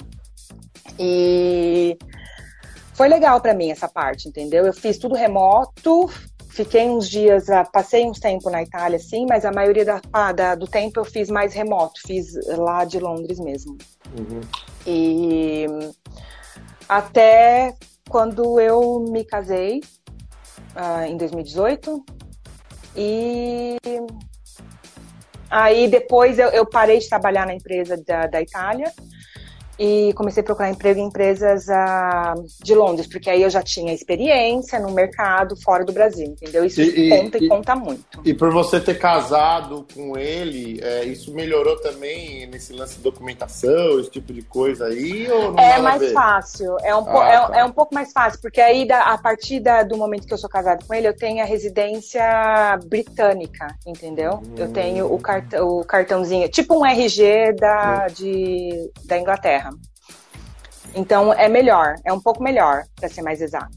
E foi legal para mim essa parte, entendeu? Eu fiz tudo remoto, fiquei uns dias, uh, passei uns tempos na Itália, sim, mas a maioria da, ah, da, do tempo eu fiz mais remoto, fiz lá de Londres mesmo.
Uhum.
E até quando eu me casei, Uh, em dois mil e dezoito, e aí depois eu, eu parei de trabalhar na empresa da, da Itália e comecei a procurar emprego em empresas uh, de Londres, porque aí eu já tinha experiência no mercado fora do Brasil, entendeu? Isso
e,
conta e,
e
conta muito.
E por você ter casado com ele, é, isso melhorou também nesse lance de documentação, esse tipo de coisa aí? Ou não
é
nada
mais
a ver?
fácil, é um,
ah,
po- é,
tá.
é um pouco mais fácil, porque aí da, a partir da, do momento que eu sou casada com ele, eu tenho a residência britânica, entendeu? Hum. Eu tenho o, cart, o cartãozinho, tipo um R G da, hum. de, da Inglaterra. Então é melhor, é um pouco melhor, para ser mais exato.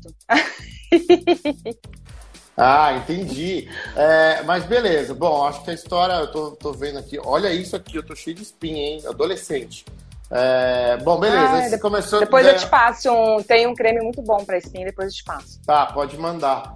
Ah, entendi. É, mas beleza. Bom, acho que a história, eu tô, tô vendo aqui. Olha isso aqui, eu tô cheio de espinha, hein? Adolescente. É, bom, beleza. Ah,
depois,
começou,
depois
né?
eu te passo um. Tem um creme muito bom pra espinha, depois eu te passo.
Tá, pode mandar.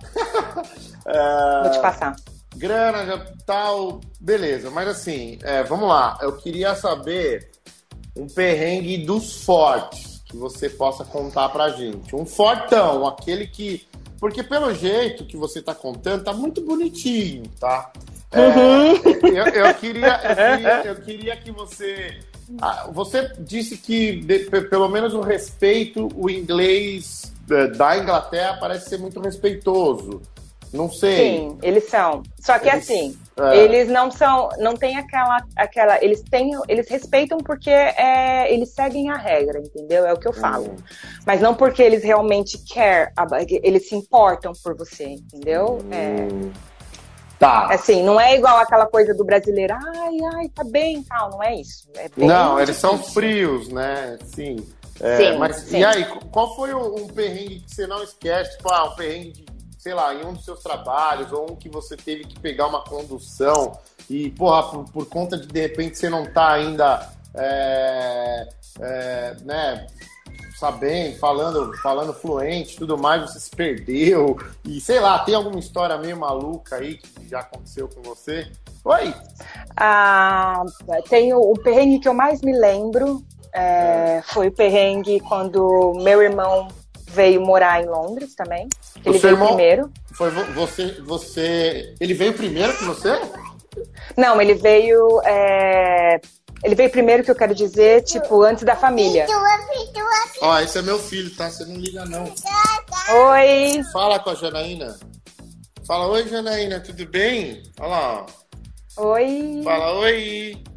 é,
Vou te passar.
Grana, já tal. Beleza, mas assim, é, vamos lá. Eu queria saber um perrengue dos fortes que você possa contar pra gente. Um fortão, aquele que... Porque pelo jeito que você tá contando, tá muito bonitinho, tá?
Uhum.
É, eu, eu, queria, eu, queria, eu queria que você... Ah, você disse que, de, pelo menos o respeito, o inglês da Inglaterra parece ser muito respeitoso. Não sei.
Sim, eles são. Só que eles, assim, é. eles não são, não tem aquela, aquela, eles têm, eles respeitam porque é, eles seguem a regra, entendeu? É o que eu falo. Hum. Mas não porque eles realmente querem, eles se importam por você, entendeu?
Hum.
É,
tá.
Assim, não é igual aquela coisa do brasileiro, ai, ai, tá bem, tal, não é isso. É bem
não, eles
difícil.
são frios, né? Sim. É,
sim,
mas
sim.
E aí, qual foi um perrengue que você não esquece? Tipo, ah, um perrengue de, sei lá, em um dos seus trabalhos, ou um que você teve que pegar uma condução e, porra, por, por conta de, de repente, você não tá ainda, é, é, né, sabendo, falando, falando fluente e tudo mais, você se perdeu, e sei lá, tem alguma história meio maluca aí que já aconteceu com você? Oi!
Ah, tem o, o perrengue que eu mais me lembro, é, foi o perrengue quando meu irmão veio morar em Londres também. Ele veio
irmão,
primeiro.
Foi você, você... Ele veio primeiro que você?
Não, ele veio... É... Ele veio primeiro, que eu quero dizer, tipo, antes da família.
Ó, esse é meu filho, tá? Você não liga, não.
Oi!
Fala com a Janaína. Fala, oi, Janaína, tudo bem? Olha lá, ó.
Oi!
Fala, oi!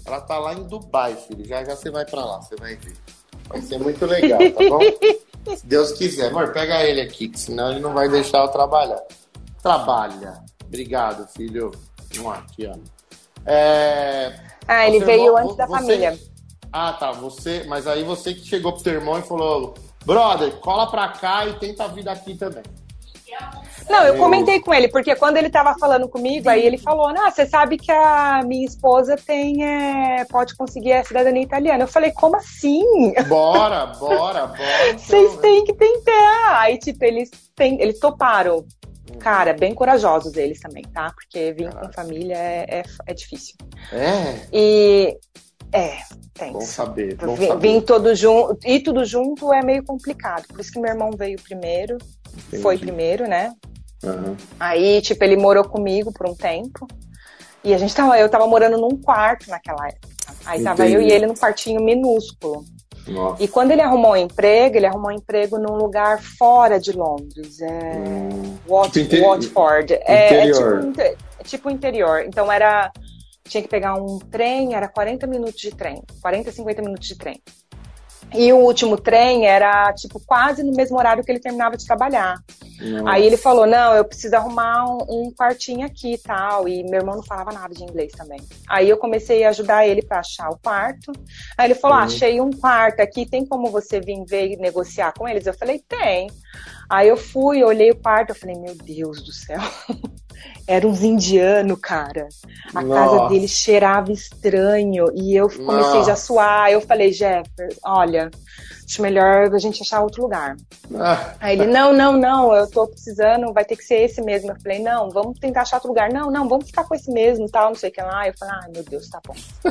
Ela tá lá em Dubai, filho. Já já você vai pra lá, você vai ver. Vai ser muito legal, tá bom? Se Deus quiser. Amor, pega ele aqui, que senão ele não vai deixar eu trabalhar. Trabalha. Obrigado, filho. Aqui, ó. É...
Ah, ele
Seu
veio
irmão,
antes da
você...
família.
Ah, tá. Você... Mas aí você que chegou pro teu irmão e falou: brother, cola pra cá e tenta a vida aqui também.
Não, eu comentei com ele, porque quando ele tava falando comigo, aí ele falou, não, você sabe que a minha esposa tem, é, pode conseguir a cidadania italiana. Eu falei, como assim?
Bora, bora, bora. Então,
Vocês
né?
têm que tentar. Aí, tipo, eles, têm, eles toparam. Hum. Cara, bem corajosos eles também, tá? Porque vir Caraca. com família é, é, é difícil.
É?
E... É, tem.
Bom saber, bom
vim,
saber.
Vim todo junto, e tudo junto é meio complicado. Por isso que meu irmão veio primeiro. Entendi. Foi primeiro, né?
Uhum.
Aí, tipo, ele morou comigo por um tempo. E a gente tava, eu tava morando num quarto naquela época. Aí tava Entendi. eu e ele num quartinho minúsculo.
Nossa.
E quando ele arrumou um emprego, ele arrumou um emprego num lugar fora de Londres. É... Hum. Wat- tipo inter... Watford. É, é tipo, é tipo interior. Então era... Tinha que pegar um trem, era quarenta minutos de trem. quarenta, cinquenta minutos de trem. E o último trem era, tipo, quase no mesmo horário que ele terminava de trabalhar. Nossa. Aí ele falou, não, eu preciso arrumar um, um quartinho aqui e tal. E meu irmão não falava nada de inglês também. Aí eu comecei a ajudar ele pra achar o quarto. Aí ele falou, uhum. ah, achei um quarto aqui, tem como você vir ver e negociar com eles? Eu falei, tem. Aí eu fui, olhei o quarto, eu falei, meu Deus do céu. Era uns indianos, cara. A Nossa. casa dele cheirava estranho. E eu comecei Nossa. já a suar. Eu falei, Jefferson, olha, acho melhor a gente achar outro lugar. Ah. Aí ele, não, não, não, eu tô precisando, vai ter que ser esse mesmo. Eu falei, não, vamos tentar achar outro lugar. Não, não, vamos ficar com esse mesmo, tal, não sei o que lá. Eu falei, ai, meu Deus, tá bom.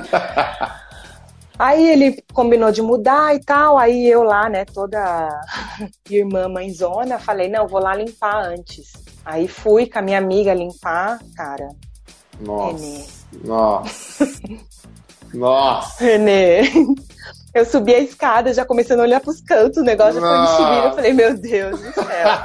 Aí ele combinou de mudar e tal, aí eu lá, né, toda irmã mãezona, falei, não, vou lá limpar antes. Aí fui com a minha amiga limpar, cara.
Nossa,
Renê.
nossa, nossa.
Renê, eu subi a escada, já começando a olhar pros cantos, o negócio já foi me seguindo, eu falei, meu Deus do céu.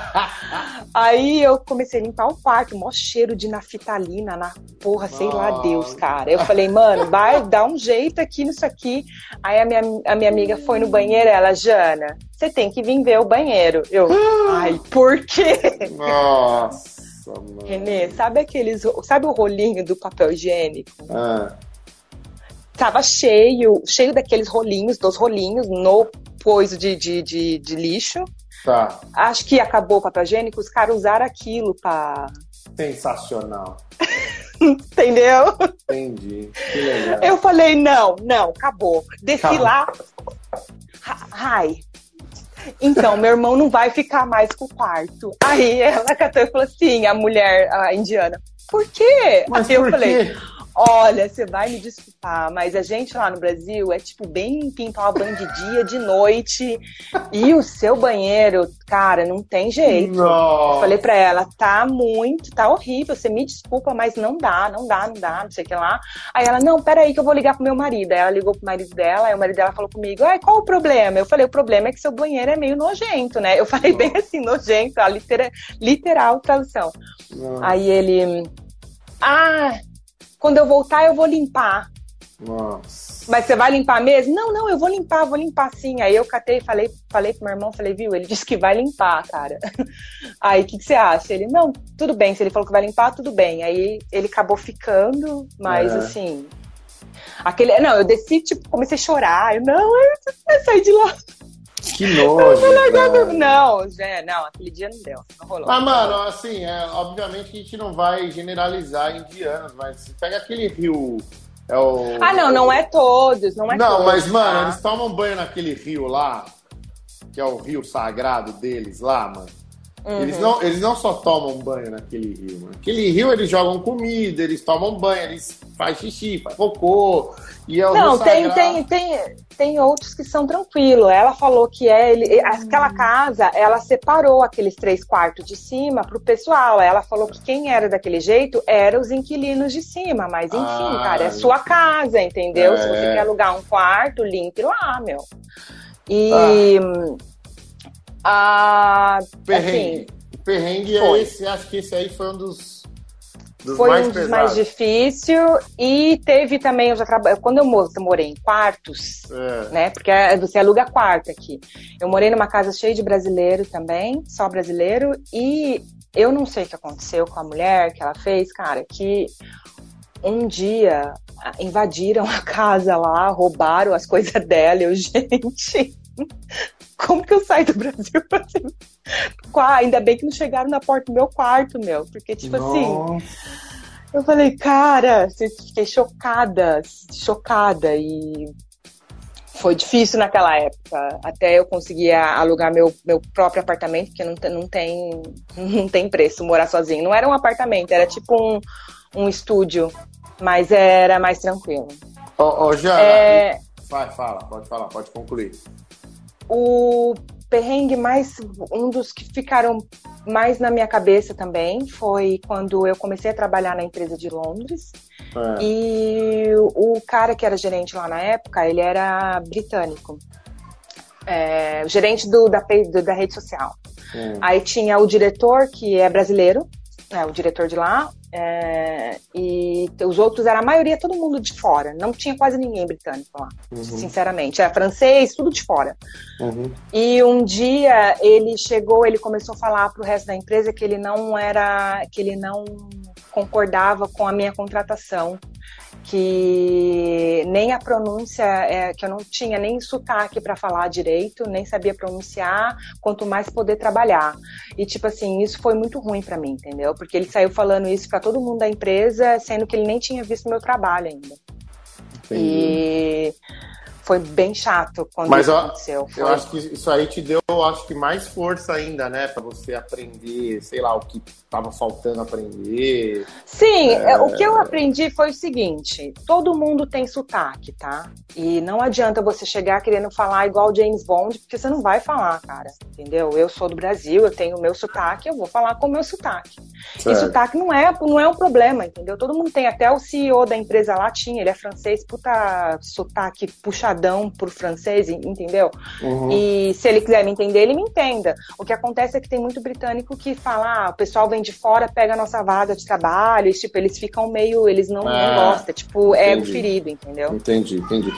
Aí eu comecei a limpar o quarto, mó cheiro de naftalina na porra, sei oh. lá Deus, cara. Eu falei, mano, vai dar um jeito aqui nisso aqui. Aí a minha, a minha amiga foi no banheiro, ela, Jana, você tem que vir ver o banheiro. Eu, ai, por quê?
Nossa, mano.
Renê, sabe aqueles, sabe o rolinho do papel higiênico?
Ah.
Tava cheio, cheio daqueles rolinhos, dos rolinhos no coiso de, de, de, de lixo.
Tá.
Acho que acabou o papel higiênico, os caras usaram aquilo pra...
Sensacional.
Entendeu?
Entendi. Que legal.
Eu falei, não, não, acabou. Desci Calma. lá. Ai. Então, meu irmão não vai ficar mais com o quarto. Aí ela catou e falou assim, a mulher, a indiana, por quê?
Mas
Aí eu
por
falei...
quê?
Olha, você vai me desculpar, mas a gente lá no Brasil é tipo bem limpinho, tomar banho de dia, de noite. E o seu banheiro, cara, não tem jeito.
Nossa.
Eu falei pra ela, tá muito, tá horrível, você me desculpa, mas não dá, não dá, não dá, não sei o que lá. Aí ela, não, peraí que eu vou ligar pro meu marido. Aí ela ligou pro marido dela, aí o marido dela falou comigo, ai, qual o problema? Eu falei, o problema é que seu banheiro é meio nojento, né? Eu falei bem assim, nojento, a litera, literal tradução. Nossa. Aí ele, ah... Quando eu voltar, eu vou limpar.
Nossa.
Mas você vai limpar mesmo? Não, não, eu vou limpar, vou limpar sim. Aí eu catei e falei, falei pro meu irmão, falei, viu, ele disse que vai limpar, cara. Aí, o que, que você acha? Ele, não, tudo bem, se ele falou que vai limpar, tudo bem. Aí ele acabou ficando, mas é. assim... Aquele, não, eu desci, tipo, comecei a chorar. Eu, não, eu saí de lá.
Que nojo.
Não, não, Zé, não, aquele dia não deu, não rolou.
Ah, mano, assim, é, obviamente a gente não vai generalizar indianos, mas pega aquele rio. É o,
ah, não, não é todos, não é
não,
todos.
Não, mas, mano,
tá?
Eles tomam banho naquele rio lá, que é o rio sagrado deles lá, mano. Uhum. Eles, não, eles não só tomam banho naquele rio, mano. Aquele rio eles jogam comida, eles tomam banho, eles fazem xixi, fazem cocô. E é o
não,
rio
tem,
sagrado.
tem, tem, tem outros que são tranquilos. Ela falou que é, ele, aquela casa, ela separou aqueles três quartos de cima pro pessoal. Ela falou que quem era daquele jeito eram os inquilinos de cima. Mas enfim, ah, cara, é sua casa, entendeu? É. Se você quer alugar um quarto, limpe lá, meu. E... Ah. Ah,
perrengue.
assim,
o perrengue é esse, acho que esse aí foi um dos Dos
foi
mais
um dos
pesados.
mais difíceis. E teve também, eu já trabalhei, quando eu morei em quartos,
É.
né? Porque você aluga quarto aqui. Eu morei numa casa cheia de brasileiro também, só brasileiro, e eu não sei o que aconteceu com a mulher que ela fez, cara, que um dia invadiram a casa lá, roubaram as coisas dela, eu, gente, como que eu saio do Brasil? Ainda bem que não chegaram na porta do meu quarto, meu, porque, tipo
Nossa.
assim, eu falei, cara, fiquei chocada, chocada, e foi difícil naquela época, até eu conseguir alugar meu, meu próprio apartamento, porque não tem, não, tem, não tem preço morar sozinho. Não era um apartamento, era tipo um, um estúdio, mas era mais tranquilo.
Ô, ô Jana,
É...
vai, fala, pode falar, pode concluir.
O perrengue mais, um dos que ficaram mais na minha cabeça também, foi quando eu comecei a trabalhar na empresa de Londres. É. E o cara que era gerente lá na época, ele era britânico. É, gerente do, da, do, da rede social. Hum. Aí tinha o diretor, que é brasileiro, é, o diretor de lá, é, e os outros, era a maioria, todo mundo de fora. Não tinha quase ninguém britânico lá, uhum. sinceramente. Era francês, tudo de fora. Uhum. E um dia ele chegou, ele começou a falar pro resto da empresa que ele não era, que ele não concordava com a minha contratação, que nem a pronúncia, é, que eu não tinha nem sotaque para falar direito, nem sabia pronunciar, quanto mais poder trabalhar. E tipo assim, isso foi muito ruim para mim, entendeu? Porque ele saiu falando isso para todo mundo da empresa, sendo que ele nem tinha visto meu trabalho ainda. Entendi. E foi bem chato quando
Mas
isso
eu,
aconteceu. Foi...
eu acho que isso aí te deu, eu acho que mais força ainda, né? Pra você aprender, sei lá, o que tava faltando aprender.
Sim, é... o que eu aprendi foi o seguinte, todo mundo tem sotaque, tá? E não adianta você chegar querendo falar igual James Bond, porque você não vai falar, cara, entendeu? Eu sou do Brasil, eu tenho o meu sotaque, eu vou falar com o meu sotaque. Certo. E sotaque não é, não é um problema, entendeu? Todo mundo tem, até o C E O da empresa lá tinha, ele é francês, puta sotaque puxadão por francês, entendeu? Uhum. E se ele quiser me entender, ele me entenda. O que acontece é que tem muito britânico que fala, ah, o pessoal vem de fora, pega a nossa vaga de trabalho, e, tipo, eles ficam meio, eles não, ah, não gostam, tipo, entendi. Ego ferido, entendeu?
Entendi, entendi.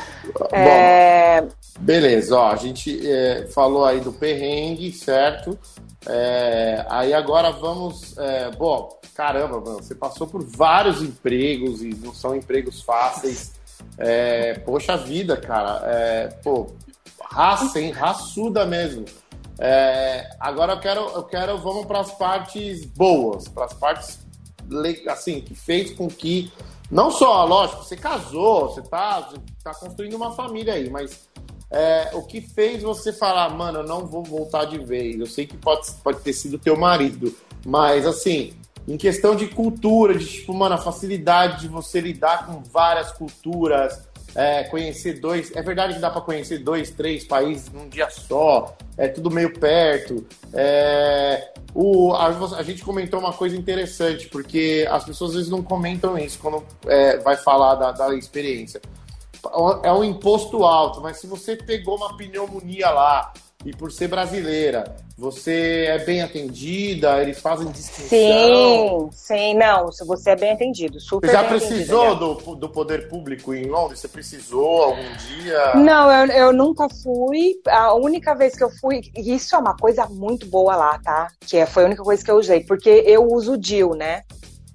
É...
Bom, beleza, ó, a gente é, falou aí do perrengue, certo? É, aí agora vamos, é, bom, caramba, mano, você passou por vários empregos e não são empregos fáceis. É, poxa vida, cara, é, pô, raça, hein? Raçuda mesmo. É, agora eu quero, eu quero, vamos para as partes boas, para as partes, assim, que fez com que, não só, lógico, você casou, você tá, você tá construindo uma família aí, mas é, o que fez você falar, mano, eu não vou voltar de vez? Eu sei que pode, pode ter sido teu marido, mas assim, em questão de cultura, de tipo, mano, a facilidade de você lidar com várias culturas, é, conhecer dois... É verdade que dá pra conhecer dois, três países num dia só, é tudo meio perto. É, o, a, a gente comentou uma coisa interessante, porque as pessoas às vezes não comentam isso quando é, vai falar da, da experiência. É um imposto alto, mas se você pegou uma pneumonia lá, e por ser brasileira, você é bem atendida, eles fazem distinção?
Sim, sim, não, você é bem atendido, super
Você já
bem
precisou
atendido,
do, do poder público em Londres? Você precisou algum dia?
Não, eu, eu nunca fui, a única vez que eu fui, e isso é uma coisa muito boa lá, tá? Que é, foi a única coisa que eu usei, porque eu uso o D I U, né?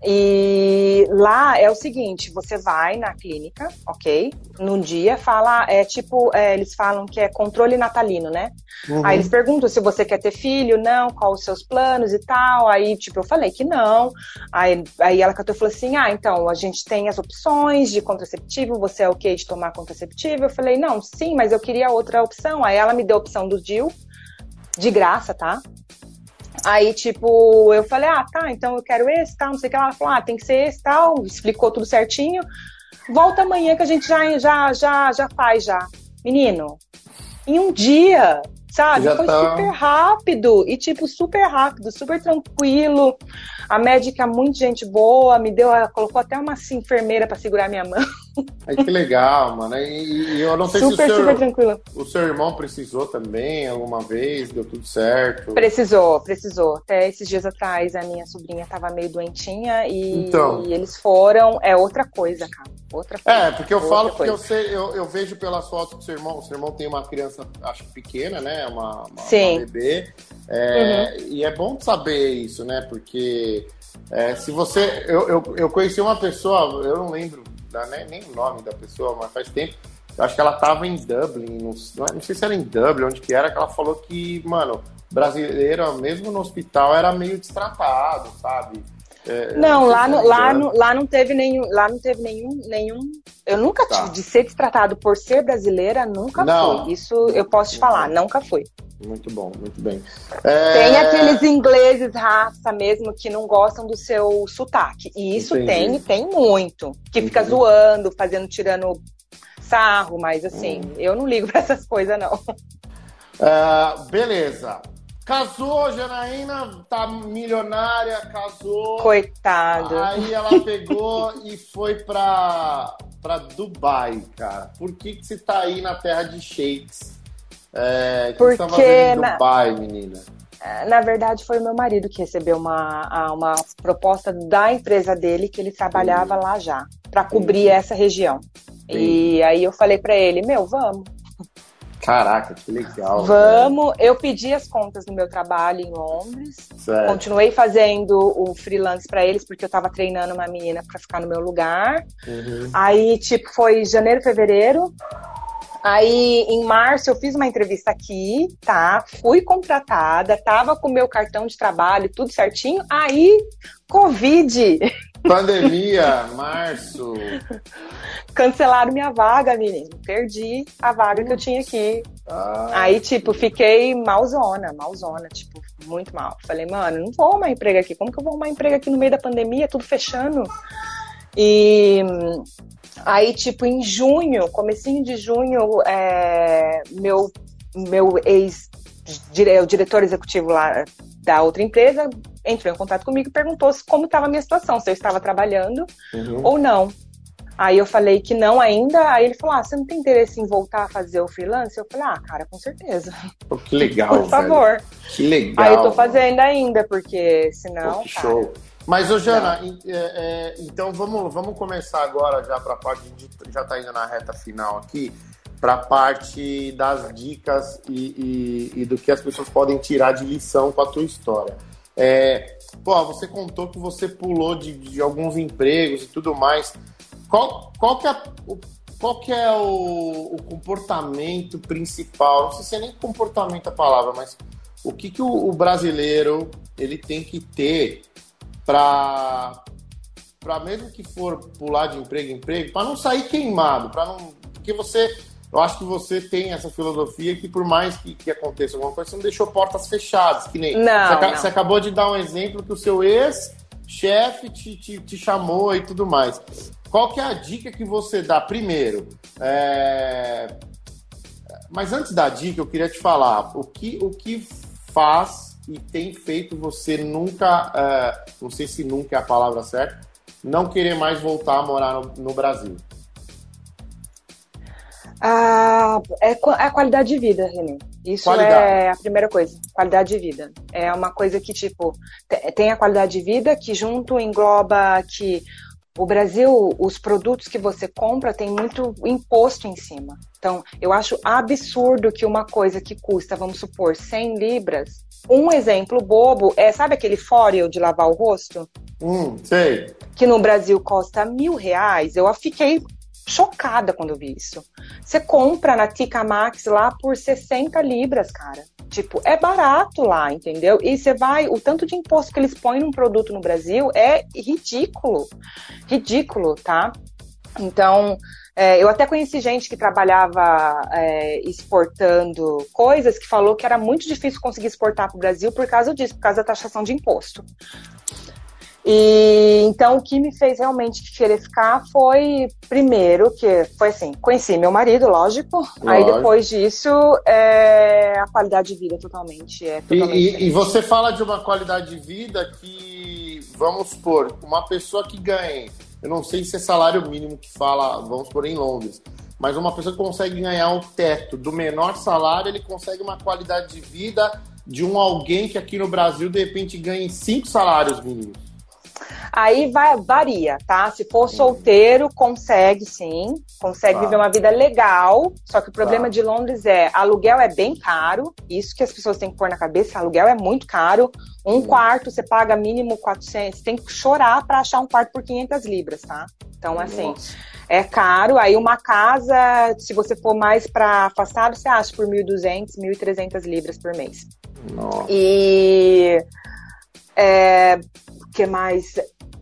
E lá é o seguinte, você vai na clínica, ok? Num dia fala, é tipo, é, eles falam que é controle natalino, né? Uhum. Aí eles perguntam se você quer ter filho, não, quais os seus planos e tal. Aí, tipo, eu falei que não. Aí, aí ela cantou e falou assim, ah, então, a gente tem as opções de contraceptivo, você é ok de tomar contraceptivo? Eu falei, não, sim, mas eu queria outra opção. Aí ela me deu a opção do D I U, de graça, tá? Aí, tipo, eu falei, ah, tá, então eu quero esse, tal, não sei o que. Ela falou, ah, tem que ser esse, tal, explicou tudo certinho. Volta amanhã que a gente já, já, já, já faz, já. Menino, em um dia, sabe? Já foi tá... super rápido, e tipo, super rápido, super tranquilo. A médica, muito gente boa, me deu, colocou até uma assim, enfermeira pra segurar minha mão.
Ai, que legal, mano. E, e eu não sei
super,
se o seu,
super tranquilo.
o seu irmão precisou também alguma vez, deu tudo certo.
Precisou, precisou. Até esses dias atrás a minha sobrinha tava meio doentinha e,
então,
e eles foram. É outra coisa, cara. Outra coisa.
É, porque eu
outra
falo, porque
coisa.
eu sei, eu, eu vejo pelas fotos do seu irmão, o seu irmão tem uma criança, acho que pequena, né? Uma, uma,
Sim.
uma bebê. É,
Uhum.
E é bom saber isso, né? Porque é, se você. Eu, eu, eu conheci uma pessoa, eu não lembro nem, nem o nome da pessoa, mas faz tempo. Eu acho que ela tava em Dublin, não, não sei se era em Dublin, onde que era, que ela falou que, mano, brasileiro, mesmo no hospital, era meio destratado, sabe? É,
não,
não
lá,
se
no,
é
lá, no, lá não teve nenhum, lá não teve nenhum, nenhum. Eu nunca
Tá.
tive de ser destratado por ser brasileira, nunca
Não.
fui. Isso eu posso te falar, nunca fui.
Muito bom, muito bem. É...
Tem aqueles ingleses raça mesmo que não gostam do seu sotaque. E isso
Entendi.
tem, tem muito. Que fica
Entendi.
zoando, fazendo, tirando sarro, mas assim,
Hum.
eu não ligo pra essas coisas, não.
É, beleza. Casou, Janaína, tá milionária, casou.
Coitado.
Aí ela pegou e foi pra, pra Dubai, cara. Por que, que você tá aí na terra de sheiks? É, o que
Porque
você tá fazendo em
na-
Dubai, menina?
Na verdade, foi o meu marido que recebeu uma, a- uma proposta da empresa dele, que ele trabalhava lá já, pra cobrir
Entendi.
essa região. E aí eu falei pra ele, meu, vamos.
Caraca, que legal.
Vamos, eu pedi as contas do meu trabalho em Londres,
velho. Certo.
continuei fazendo o freelance pra eles, porque eu tava treinando uma menina pra ficar no meu lugar.
Uhum.
Aí, tipo, foi janeiro, fevereiro. Aí, em março, eu fiz uma entrevista aqui, tá? Fui contratada, tava com o meu cartão de trabalho, tudo certinho. Aí, Covid.
Pandemia, março.
Cancelaram minha vaga, menino. Perdi a vaga que eu tinha aqui.
Ah,
Aí, tipo, fiquei malzona, malzona, tipo, muito mal. Falei, mano, não vou arrumar emprego aqui. Como que eu vou arrumar emprego aqui no meio da pandemia? Tudo fechando. E aí, tipo, em junho, comecinho de junho, é, meu, meu ex, dire, o diretor executivo lá da outra empresa entrou em contato comigo e perguntou como estava a minha situação, se eu estava trabalhando
uhum.
ou não. Aí eu falei que não ainda, aí ele falou, ah, você não tem interesse em voltar a fazer o freelance? Eu falei, ah, cara, com certeza.
Pô, que legal,
Por favor.
velho. Que legal.
Aí eu tô fazendo ainda, porque senão,
Pô, que
cara...
show. Mas, ô Jana, é, é, então vamos, vamos começar agora já para a parte, a gente já está indo na reta final aqui, para a parte das dicas e, e, e do que as pessoas podem tirar de lição com a tua história. É, pô, você contou que você pulou de, de alguns empregos e tudo mais. Qual, qual que é, o, qual que é o, o comportamento principal? Não sei se é nem comportamento a palavra, mas o que, que o, o brasileiro ele tem que ter para para mesmo que for pular de emprego em emprego, para não sair queimado, para não, porque você, eu acho que você tem essa filosofia que por mais que, que aconteça alguma coisa, você não deixou portas fechadas, que nem
Não,
você,
não.
você acabou de dar um exemplo que o seu ex-chefe te, te, te chamou e tudo mais. Qual que é a dica que você dá? Primeiro, é... mas antes da dica, eu queria te falar o que, o que faz e tem feito você nunca, uh, não sei se nunca é a palavra certa, não querer mais voltar a morar no, no Brasil?
Ah, é a qualidade de vida, Renê. Isso
Qualidade.
É a primeira coisa, qualidade de vida. É uma coisa que, tipo, tem a qualidade de vida que junto engloba que o Brasil, os produtos que você compra tem muito imposto em cima. Então, eu acho absurdo que uma coisa que custa, vamos supor, cem libras, um exemplo bobo é, sabe aquele Fóreo de lavar o rosto?
Hum, sei.
Que no Brasil custa mil reais. Eu fiquei chocada quando eu vi isso. Você compra na Tika Max lá por sessenta libras, cara. Tipo, é barato lá, entendeu? E você vai, o tanto de imposto que eles põem num produto no Brasil é ridículo. Ridículo, tá? Então, é, eu até conheci gente que trabalhava é, exportando coisas que falou que era muito difícil conseguir exportar para o Brasil por causa disso, por causa da taxação de imposto. E então o que me fez realmente querer ficar foi, primeiro, que foi assim, conheci meu marido, lógico, lógico. Aí depois disso é, a qualidade de vida totalmente é totalmente
e, e, e você fala de uma qualidade de vida que, vamos supor, uma pessoa que ganhe eu não sei se é salário mínimo que fala, vamos por em Londres, mas uma pessoa que consegue ganhar o teto do menor salário, ele consegue uma qualidade de vida de um alguém que aqui no Brasil, de repente, ganha cinco salários mínimos.
Aí vai, varia, tá? Se for solteiro, consegue sim, consegue
Tá.
viver uma vida legal, só que o problema
Tá.
de Londres é, aluguel é bem caro, isso que as pessoas têm que pôr na cabeça, aluguel é muito caro, um
Hum.
quarto você paga mínimo quatrocentos, você tem que chorar pra achar um quarto por quinhentas libras, tá? Então, assim,
Nossa.
é caro, aí uma casa, se você for mais pra afastado, você acha por mil e duzentas, mil e trezentas libras por mês.
Nossa.
E é, o que mais?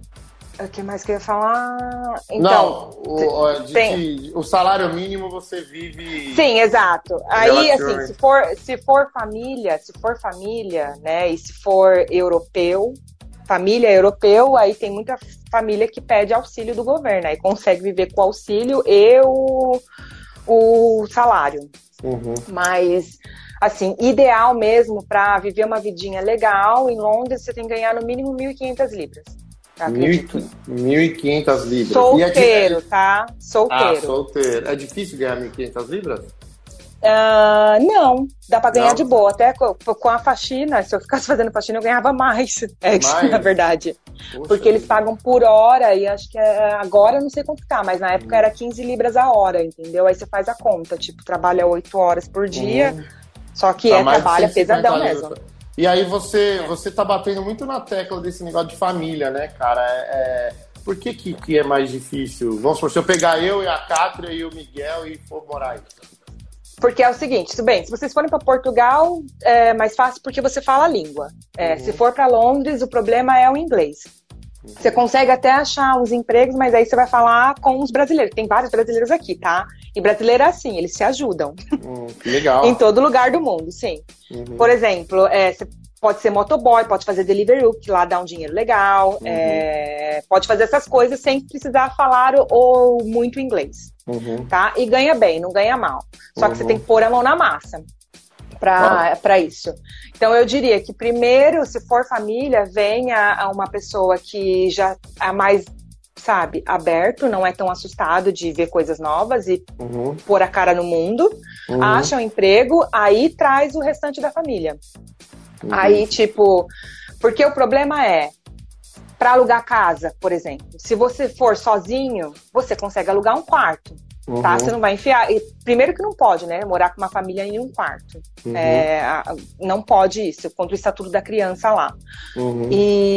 O que mais que eu ia falar? Então,
não, o, o, de-
tem-
de- o salário mínimo você vive...
sim, exato. Aí,
Relativamente.
assim, se for, se for família, se for família, né, e se for europeu, família europeu, aí tem muita família que pede auxílio do governo, aí consegue viver com o auxílio e o, o salário.
Uhum.
Mas, assim, ideal mesmo para viver uma vidinha legal, em Londres você tem que ganhar no mínimo mil e quinhentas libras. Tá? Acredito.
mil e quinhentas libras.
Solteiro,
E é di-
tá?
Ah,
Solteiro.
solteiro. É difícil ganhar mil e quinhentas libras?
Ah, não, dá pra ganhar
Não?
de boa. Até com, com a faxina, se eu ficasse fazendo faxina, eu ganhava mais. É isso,
Mais?
na verdade.
Poxa
Porque eles
vida.
pagam por hora e acho que é, agora eu não sei quanto tá, mas na época era quinze libras a hora, entendeu? Aí você faz a conta, tipo, trabalha oito horas por dia,
Uhum.
só que
Tá
é
mais de
trabalho
cento e cinquenta
pesadão
libras.
mesmo.
E aí você, você tá batendo muito na tecla desse negócio de família, né, cara? É, é, por que, que que é mais difícil? Vamos supor, se eu pegar eu e a Cátria e o Miguel e for morar aí.
Porque é o seguinte, tudo bem, se vocês forem para Portugal, é mais fácil porque você fala a língua. É,
Uhum.
Se for para Londres, o problema é o inglês. Você consegue até achar uns empregos, mas aí você vai falar com os brasileiros. Tem vários brasileiros aqui, tá? E brasileiro é assim, eles se ajudam.
Hum, que legal.
Em todo lugar do mundo, sim.
Uhum.
Por exemplo, é, você pode ser motoboy, pode fazer Deliveroo, que lá dá um dinheiro legal.
Uhum.
É, pode fazer essas coisas sem precisar falar ou muito inglês,
Uhum.
tá? E ganha bem, não ganha mal. Só que
Uhum.
você tem que pôr a mão na massa pra, pra isso. Então, eu diria que primeiro, se for família, venha a uma pessoa que já é mais, sabe, aberto, não é tão assustado de ver coisas novas e
Uhum.
pôr a cara no mundo,
Uhum.
acha um emprego, aí traz o restante da família.
Uhum.
Aí, tipo, porque o problema é, para alugar casa, por exemplo, se você for sozinho, você consegue alugar um quarto, tá?
Uhum.
Você não vai enfiar. E, primeiro que não pode, né? Morar com uma família em um quarto.
Uhum.
É, a- não pode isso, contra o estatuto da criança lá.
Uhum.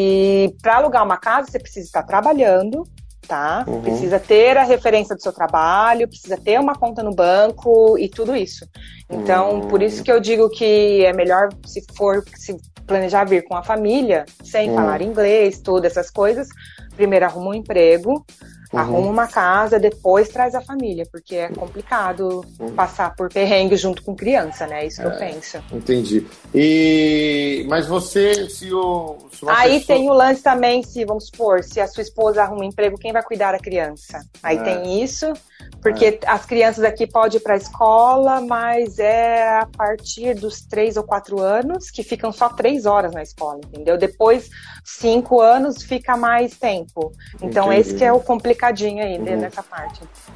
E para alugar uma casa, você precisa estar trabalhando, tá?
Uhum.
Precisa ter a referência do seu trabalho, precisa ter uma conta no banco e tudo isso. Então,
Uhum.
por isso que eu digo que é melhor, se for se planejar vir com a família, sem
Uhum.
falar inglês, todas essas coisas, primeiro arruma um emprego,
Uhum.
arruma uma casa, depois traz a família, porque é complicado
Uhum.
passar por perrengue junto com criança, né? É isso que eu
É.
penso.
Entendi. E... Mas você, se o... Se uma
Aí
pessoa-
tem o lance também, se, vamos supor, se a sua esposa arruma um emprego, quem vai cuidar da criança? Aí
É.
tem isso, porque as crianças aqui podem ir para a escola, mas é a partir dos três ou quatro anos que ficam só três horas na escola, entendeu? Depois, cinco anos, fica mais tempo. Então,
Entendi.
esse que é o complicadinho aí, né,
Uhum.
nessa parte.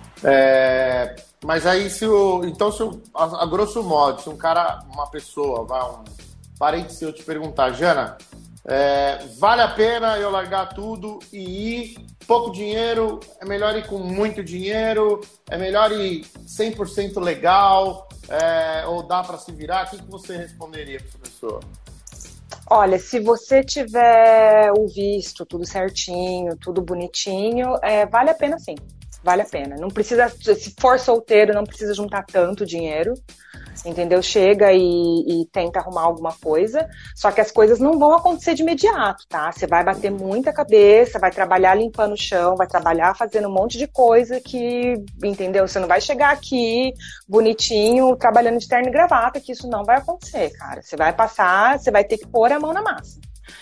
É, mas aí se o. Então, se o, a, a grosso modo, se um cara, uma pessoa, vai, um parente seu te perguntar, Jana, é, vale a pena eu largar tudo e ir pouco dinheiro? É melhor ir com muito dinheiro? É melhor ir cem por cento legal? É, ou dá para se virar? O que, que você responderia para essa pessoa?
Olha, se você tiver o visto, tudo certinho, tudo bonitinho, é, vale a pena sim. Vale a pena. Não precisa, se for solteiro, não precisa juntar tanto dinheiro, entendeu? Chega e, e tenta arrumar alguma coisa, só que as coisas não vão acontecer de imediato, tá? Você vai bater muita cabeça, vai trabalhar limpando o chão, vai trabalhar fazendo um monte de coisa que, entendeu? Você não vai chegar aqui bonitinho, trabalhando de terno e gravata, que isso não vai acontecer, cara. Você vai passar, você vai ter que pôr a mão na massa.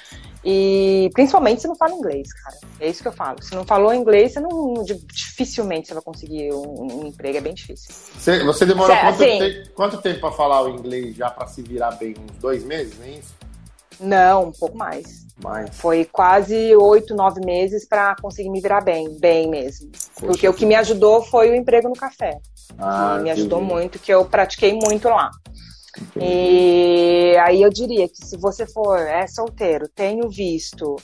E principalmente se não fala inglês, cara. É isso que eu falo. Se não falou inglês, você não, dificilmente você vai conseguir um, um emprego, é bem difícil.
Você, você demorou
Cê-
quanto,
assim,
te, quanto tempo para falar o inglês já para se virar bem? Uns dois meses, não é isso?
Não, um pouco mais.
Mais.
Foi quase oito, nove meses para conseguir me virar bem, bem mesmo. Poxa, porque o que me ajudou foi o emprego no café. Ah, que me ajudou entendi. muito, que eu pratiquei muito lá. Entendi. E aí eu diria que se você for, é solteiro, tenho visto,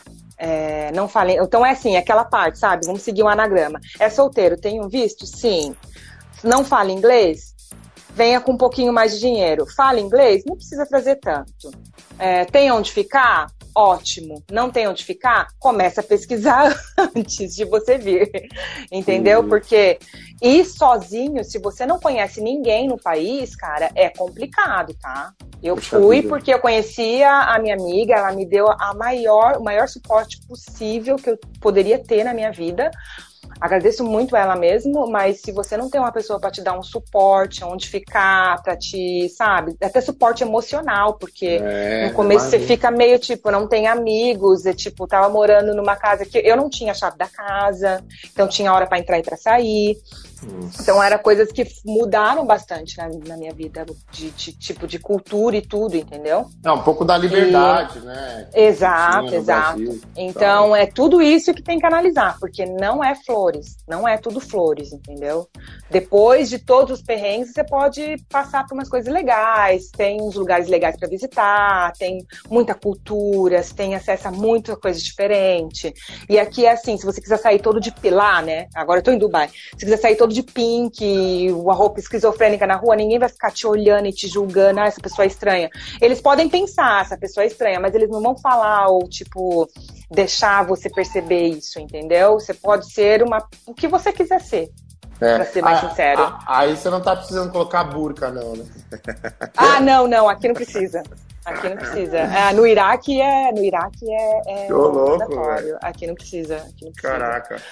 é, não falei. Então é assim, aquela parte, sabe? Vamos seguir um anagrama. É solteiro, tenho visto? Sim. Não fala inglês? Venha com um pouquinho mais de dinheiro. Fala inglês? Não precisa trazer tanto. É, tem onde ficar? Ótimo. Não tem onde ficar? Começa a pesquisar antes de você vir. Entendeu? Uhum. Porque ir sozinho, se você não conhece ninguém no país, cara, é complicado, tá? Eu Puxa fui vida. porque eu conhecia a minha amiga, ela me deu a maior, o maior suporte possível que eu poderia ter na minha vida. Agradeço muito ela mesmo, mas se você não tem uma pessoa para te dar um suporte, onde ficar, para te, sabe, até suporte emocional, porque é, no começo você fica meio tipo, não tem amigos, é tipo, tava morando numa casa que eu não tinha a chave da casa, então tinha hora para entrar e para sair. Isso. Então eram coisas que mudaram bastante na, na minha vida, de, de tipo de cultura e tudo, entendeu?
É um pouco da liberdade, e... né?
Exato, exato. Brasil, então tá. É tudo isso que tem que analisar, porque não é flores, não é tudo flores, entendeu? Depois de todos os perrengues, você pode passar por umas coisas legais, tem uns lugares legais para visitar, tem muita cultura, você tem acesso a muita coisa diferente. E aqui é assim, se você quiser sair todo de pilar, né? Agora eu tô em Dubai. Se quiser sair todo de pink, uma roupa esquizofrênica na rua, ninguém vai ficar te olhando e te julgando, ah, essa pessoa é estranha. Eles podem pensar, essa pessoa é estranha, mas eles não vão falar ou, tipo, deixar você perceber isso, entendeu? Você pode ser uma, o que você quiser ser, é. pra ser mais ah, sincero.
Ah, aí você não tá precisando colocar burca, não, né?
Ah, não, não, aqui não precisa. Aqui não precisa. Ah, no Iraque é, no Iraque é, é
louco,
aqui não precisa, aqui não precisa.
Caraca.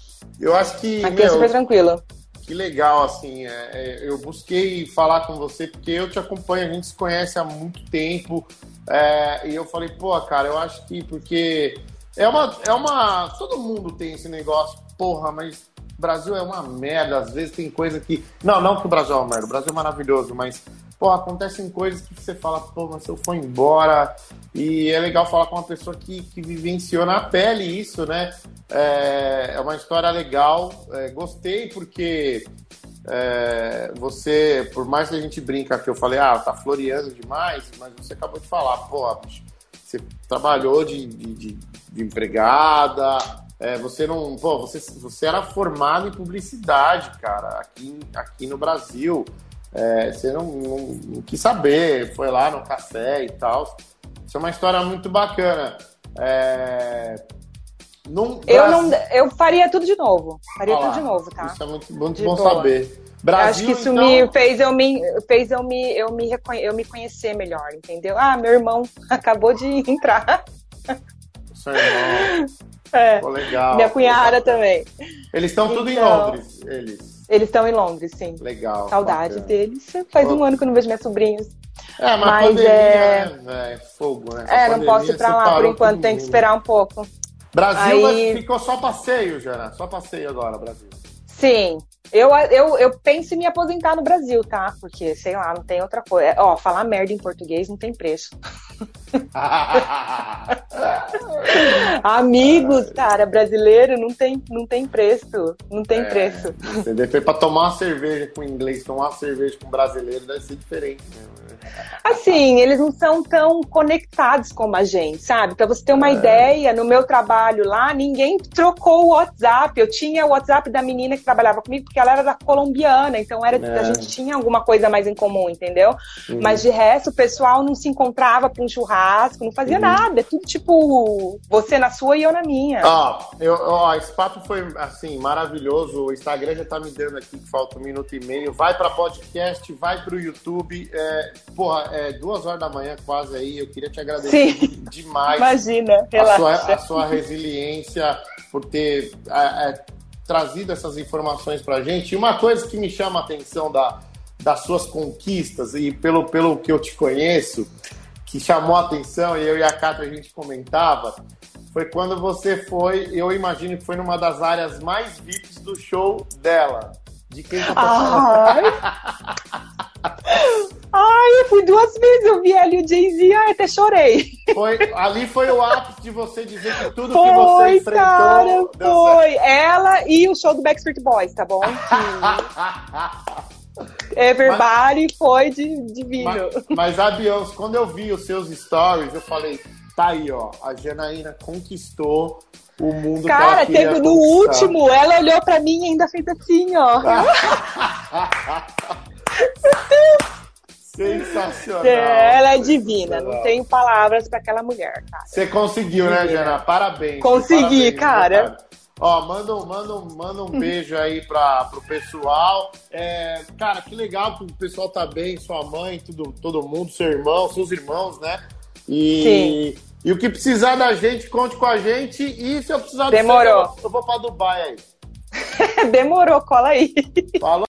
Eu acho que,
aqui
meu,
é super tranquilo.
Que legal, assim, é, é, eu busquei falar com você porque eu te acompanho, a gente se conhece há muito tempo, é, e eu falei, pô, cara, eu acho que, porque é uma, é uma, todo mundo tem esse negócio, porra, mas o Brasil é uma merda, às vezes tem coisa que, não, não que o Brasil é uma merda, o Brasil é maravilhoso, mas, pô, acontecem coisas que você fala, pô, mas se eu for embora, e é legal falar com uma pessoa que, que vivenciou na pele isso, né? É, é uma história legal, é, gostei porque é, você, por mais que a gente brinca que eu falei, ah, tá floreando demais, mas você acabou de falar, pô, bicho, você trabalhou de, de, de, de empregada, é, você não, pô, você, você era formado em publicidade, cara, aqui, aqui no Brasil, é, você não, não, não quis saber, foi lá no café e tal, isso é uma história muito bacana. É... Num
eu, não, eu faria tudo de novo. Faria
Olha
tudo de novo, tá?
Isso é muito, muito bom boa. saber. Brasil,
eu acho que isso
então...
me fez, eu me, fez eu, me, eu, me reconhe... eu me conhecer melhor, entendeu? Ah, meu irmão acabou de entrar.
Seu irmão.
É.
Pô, legal.
Minha cunhada também.
Eles estão tudo
então...
em Londres, eles.
Eles estão em Londres, sim.
Legal.
Saudade
bacana.
deles. Faz
Pô.
um ano que eu não vejo minhas sobrinhas.
É, mas,
mas
pandemia,
é...
né, véio, fogo, né?
É, não posso ir pra lá por enquanto, tem que esperar um pouco.
Brasil
Aí...
ficou só passeio, Jana. Só passeio agora, Brasil.
Sim. Eu, eu, eu penso em me aposentar no Brasil, tá? Porque, sei lá, não tem outra coisa. Ó, falar merda em português não tem preço. Amigos, cara, brasileiro não tem, não tem preço. Não tem é, preço.
Você deve pra tomar uma cerveja com inglês, tomar uma cerveja com brasileiro deve ser diferente mesmo.
Assim, eles não são tão conectados como a gente, sabe? Pra você ter uma é. ideia, no meu trabalho lá, ninguém trocou o WhatsApp. Eu tinha o WhatsApp da menina que trabalhava comigo, porque ela era da colombiana, então era, é. a gente tinha alguma coisa mais em comum, entendeu? Uhum. Mas de resto, o pessoal não se encontrava pra um churrasco, não fazia uhum. nada. É tudo tipo, você na sua e eu na minha.
Ó, eu, ó, esse papo foi, assim, maravilhoso. O Instagram já tá me dando aqui que falta um minuto e meio. Vai pra podcast, vai pro YouTube. É, porra, é duas horas da manhã quase aí. Eu queria te agradecer Sim. demais.
Imagina,
relaxa. A sua, a sua resiliência por ter é, é, trazido essas informações pra gente. E uma coisa que me chama a atenção da, das suas conquistas, e pelo, pelo que eu te conheço, que chamou a atenção, e eu e a Cátia a gente comentava, foi quando você foi, eu imagino que foi numa das áreas mais V I Ps do show dela. De quem que eu tô falando?
Ai, eu fui duas vezes, eu vi ali o Jay-Z, ai, até chorei.
Foi, ali foi o ápice de você dizer que tudo
foi,
que você enfrentou...
Cara, foi, ela e o show do Backstreet Boys, tá bom? Everybody mas, foi de, divino.
Mas, mas a Beyoncé, quando eu vi os seus stories, eu falei, tá aí, ó, a Janaína conquistou o mundo.
Cara,
que ela
teve no conquistar. Último, ela olhou pra mim e ainda fez assim, ó.
Sensacional.
Ela é divina, não tenho palavras pra aquela mulher, cara.
Você conseguiu, divina. Né, Jana? Parabéns.
Consegui,
parabéns,
cara.
cara. Ó, manda, manda, manda um beijo aí pra, pro pessoal. É, cara, que legal que o pessoal tá bem, sua mãe, tudo, todo mundo, seu irmão, seus irmãos, né? E, Sim. E o que precisar da gente, conte com a gente. E se eu precisar
Demorou.
de você, eu vou pra Dubai aí.
Demorou, cola aí.
Falou.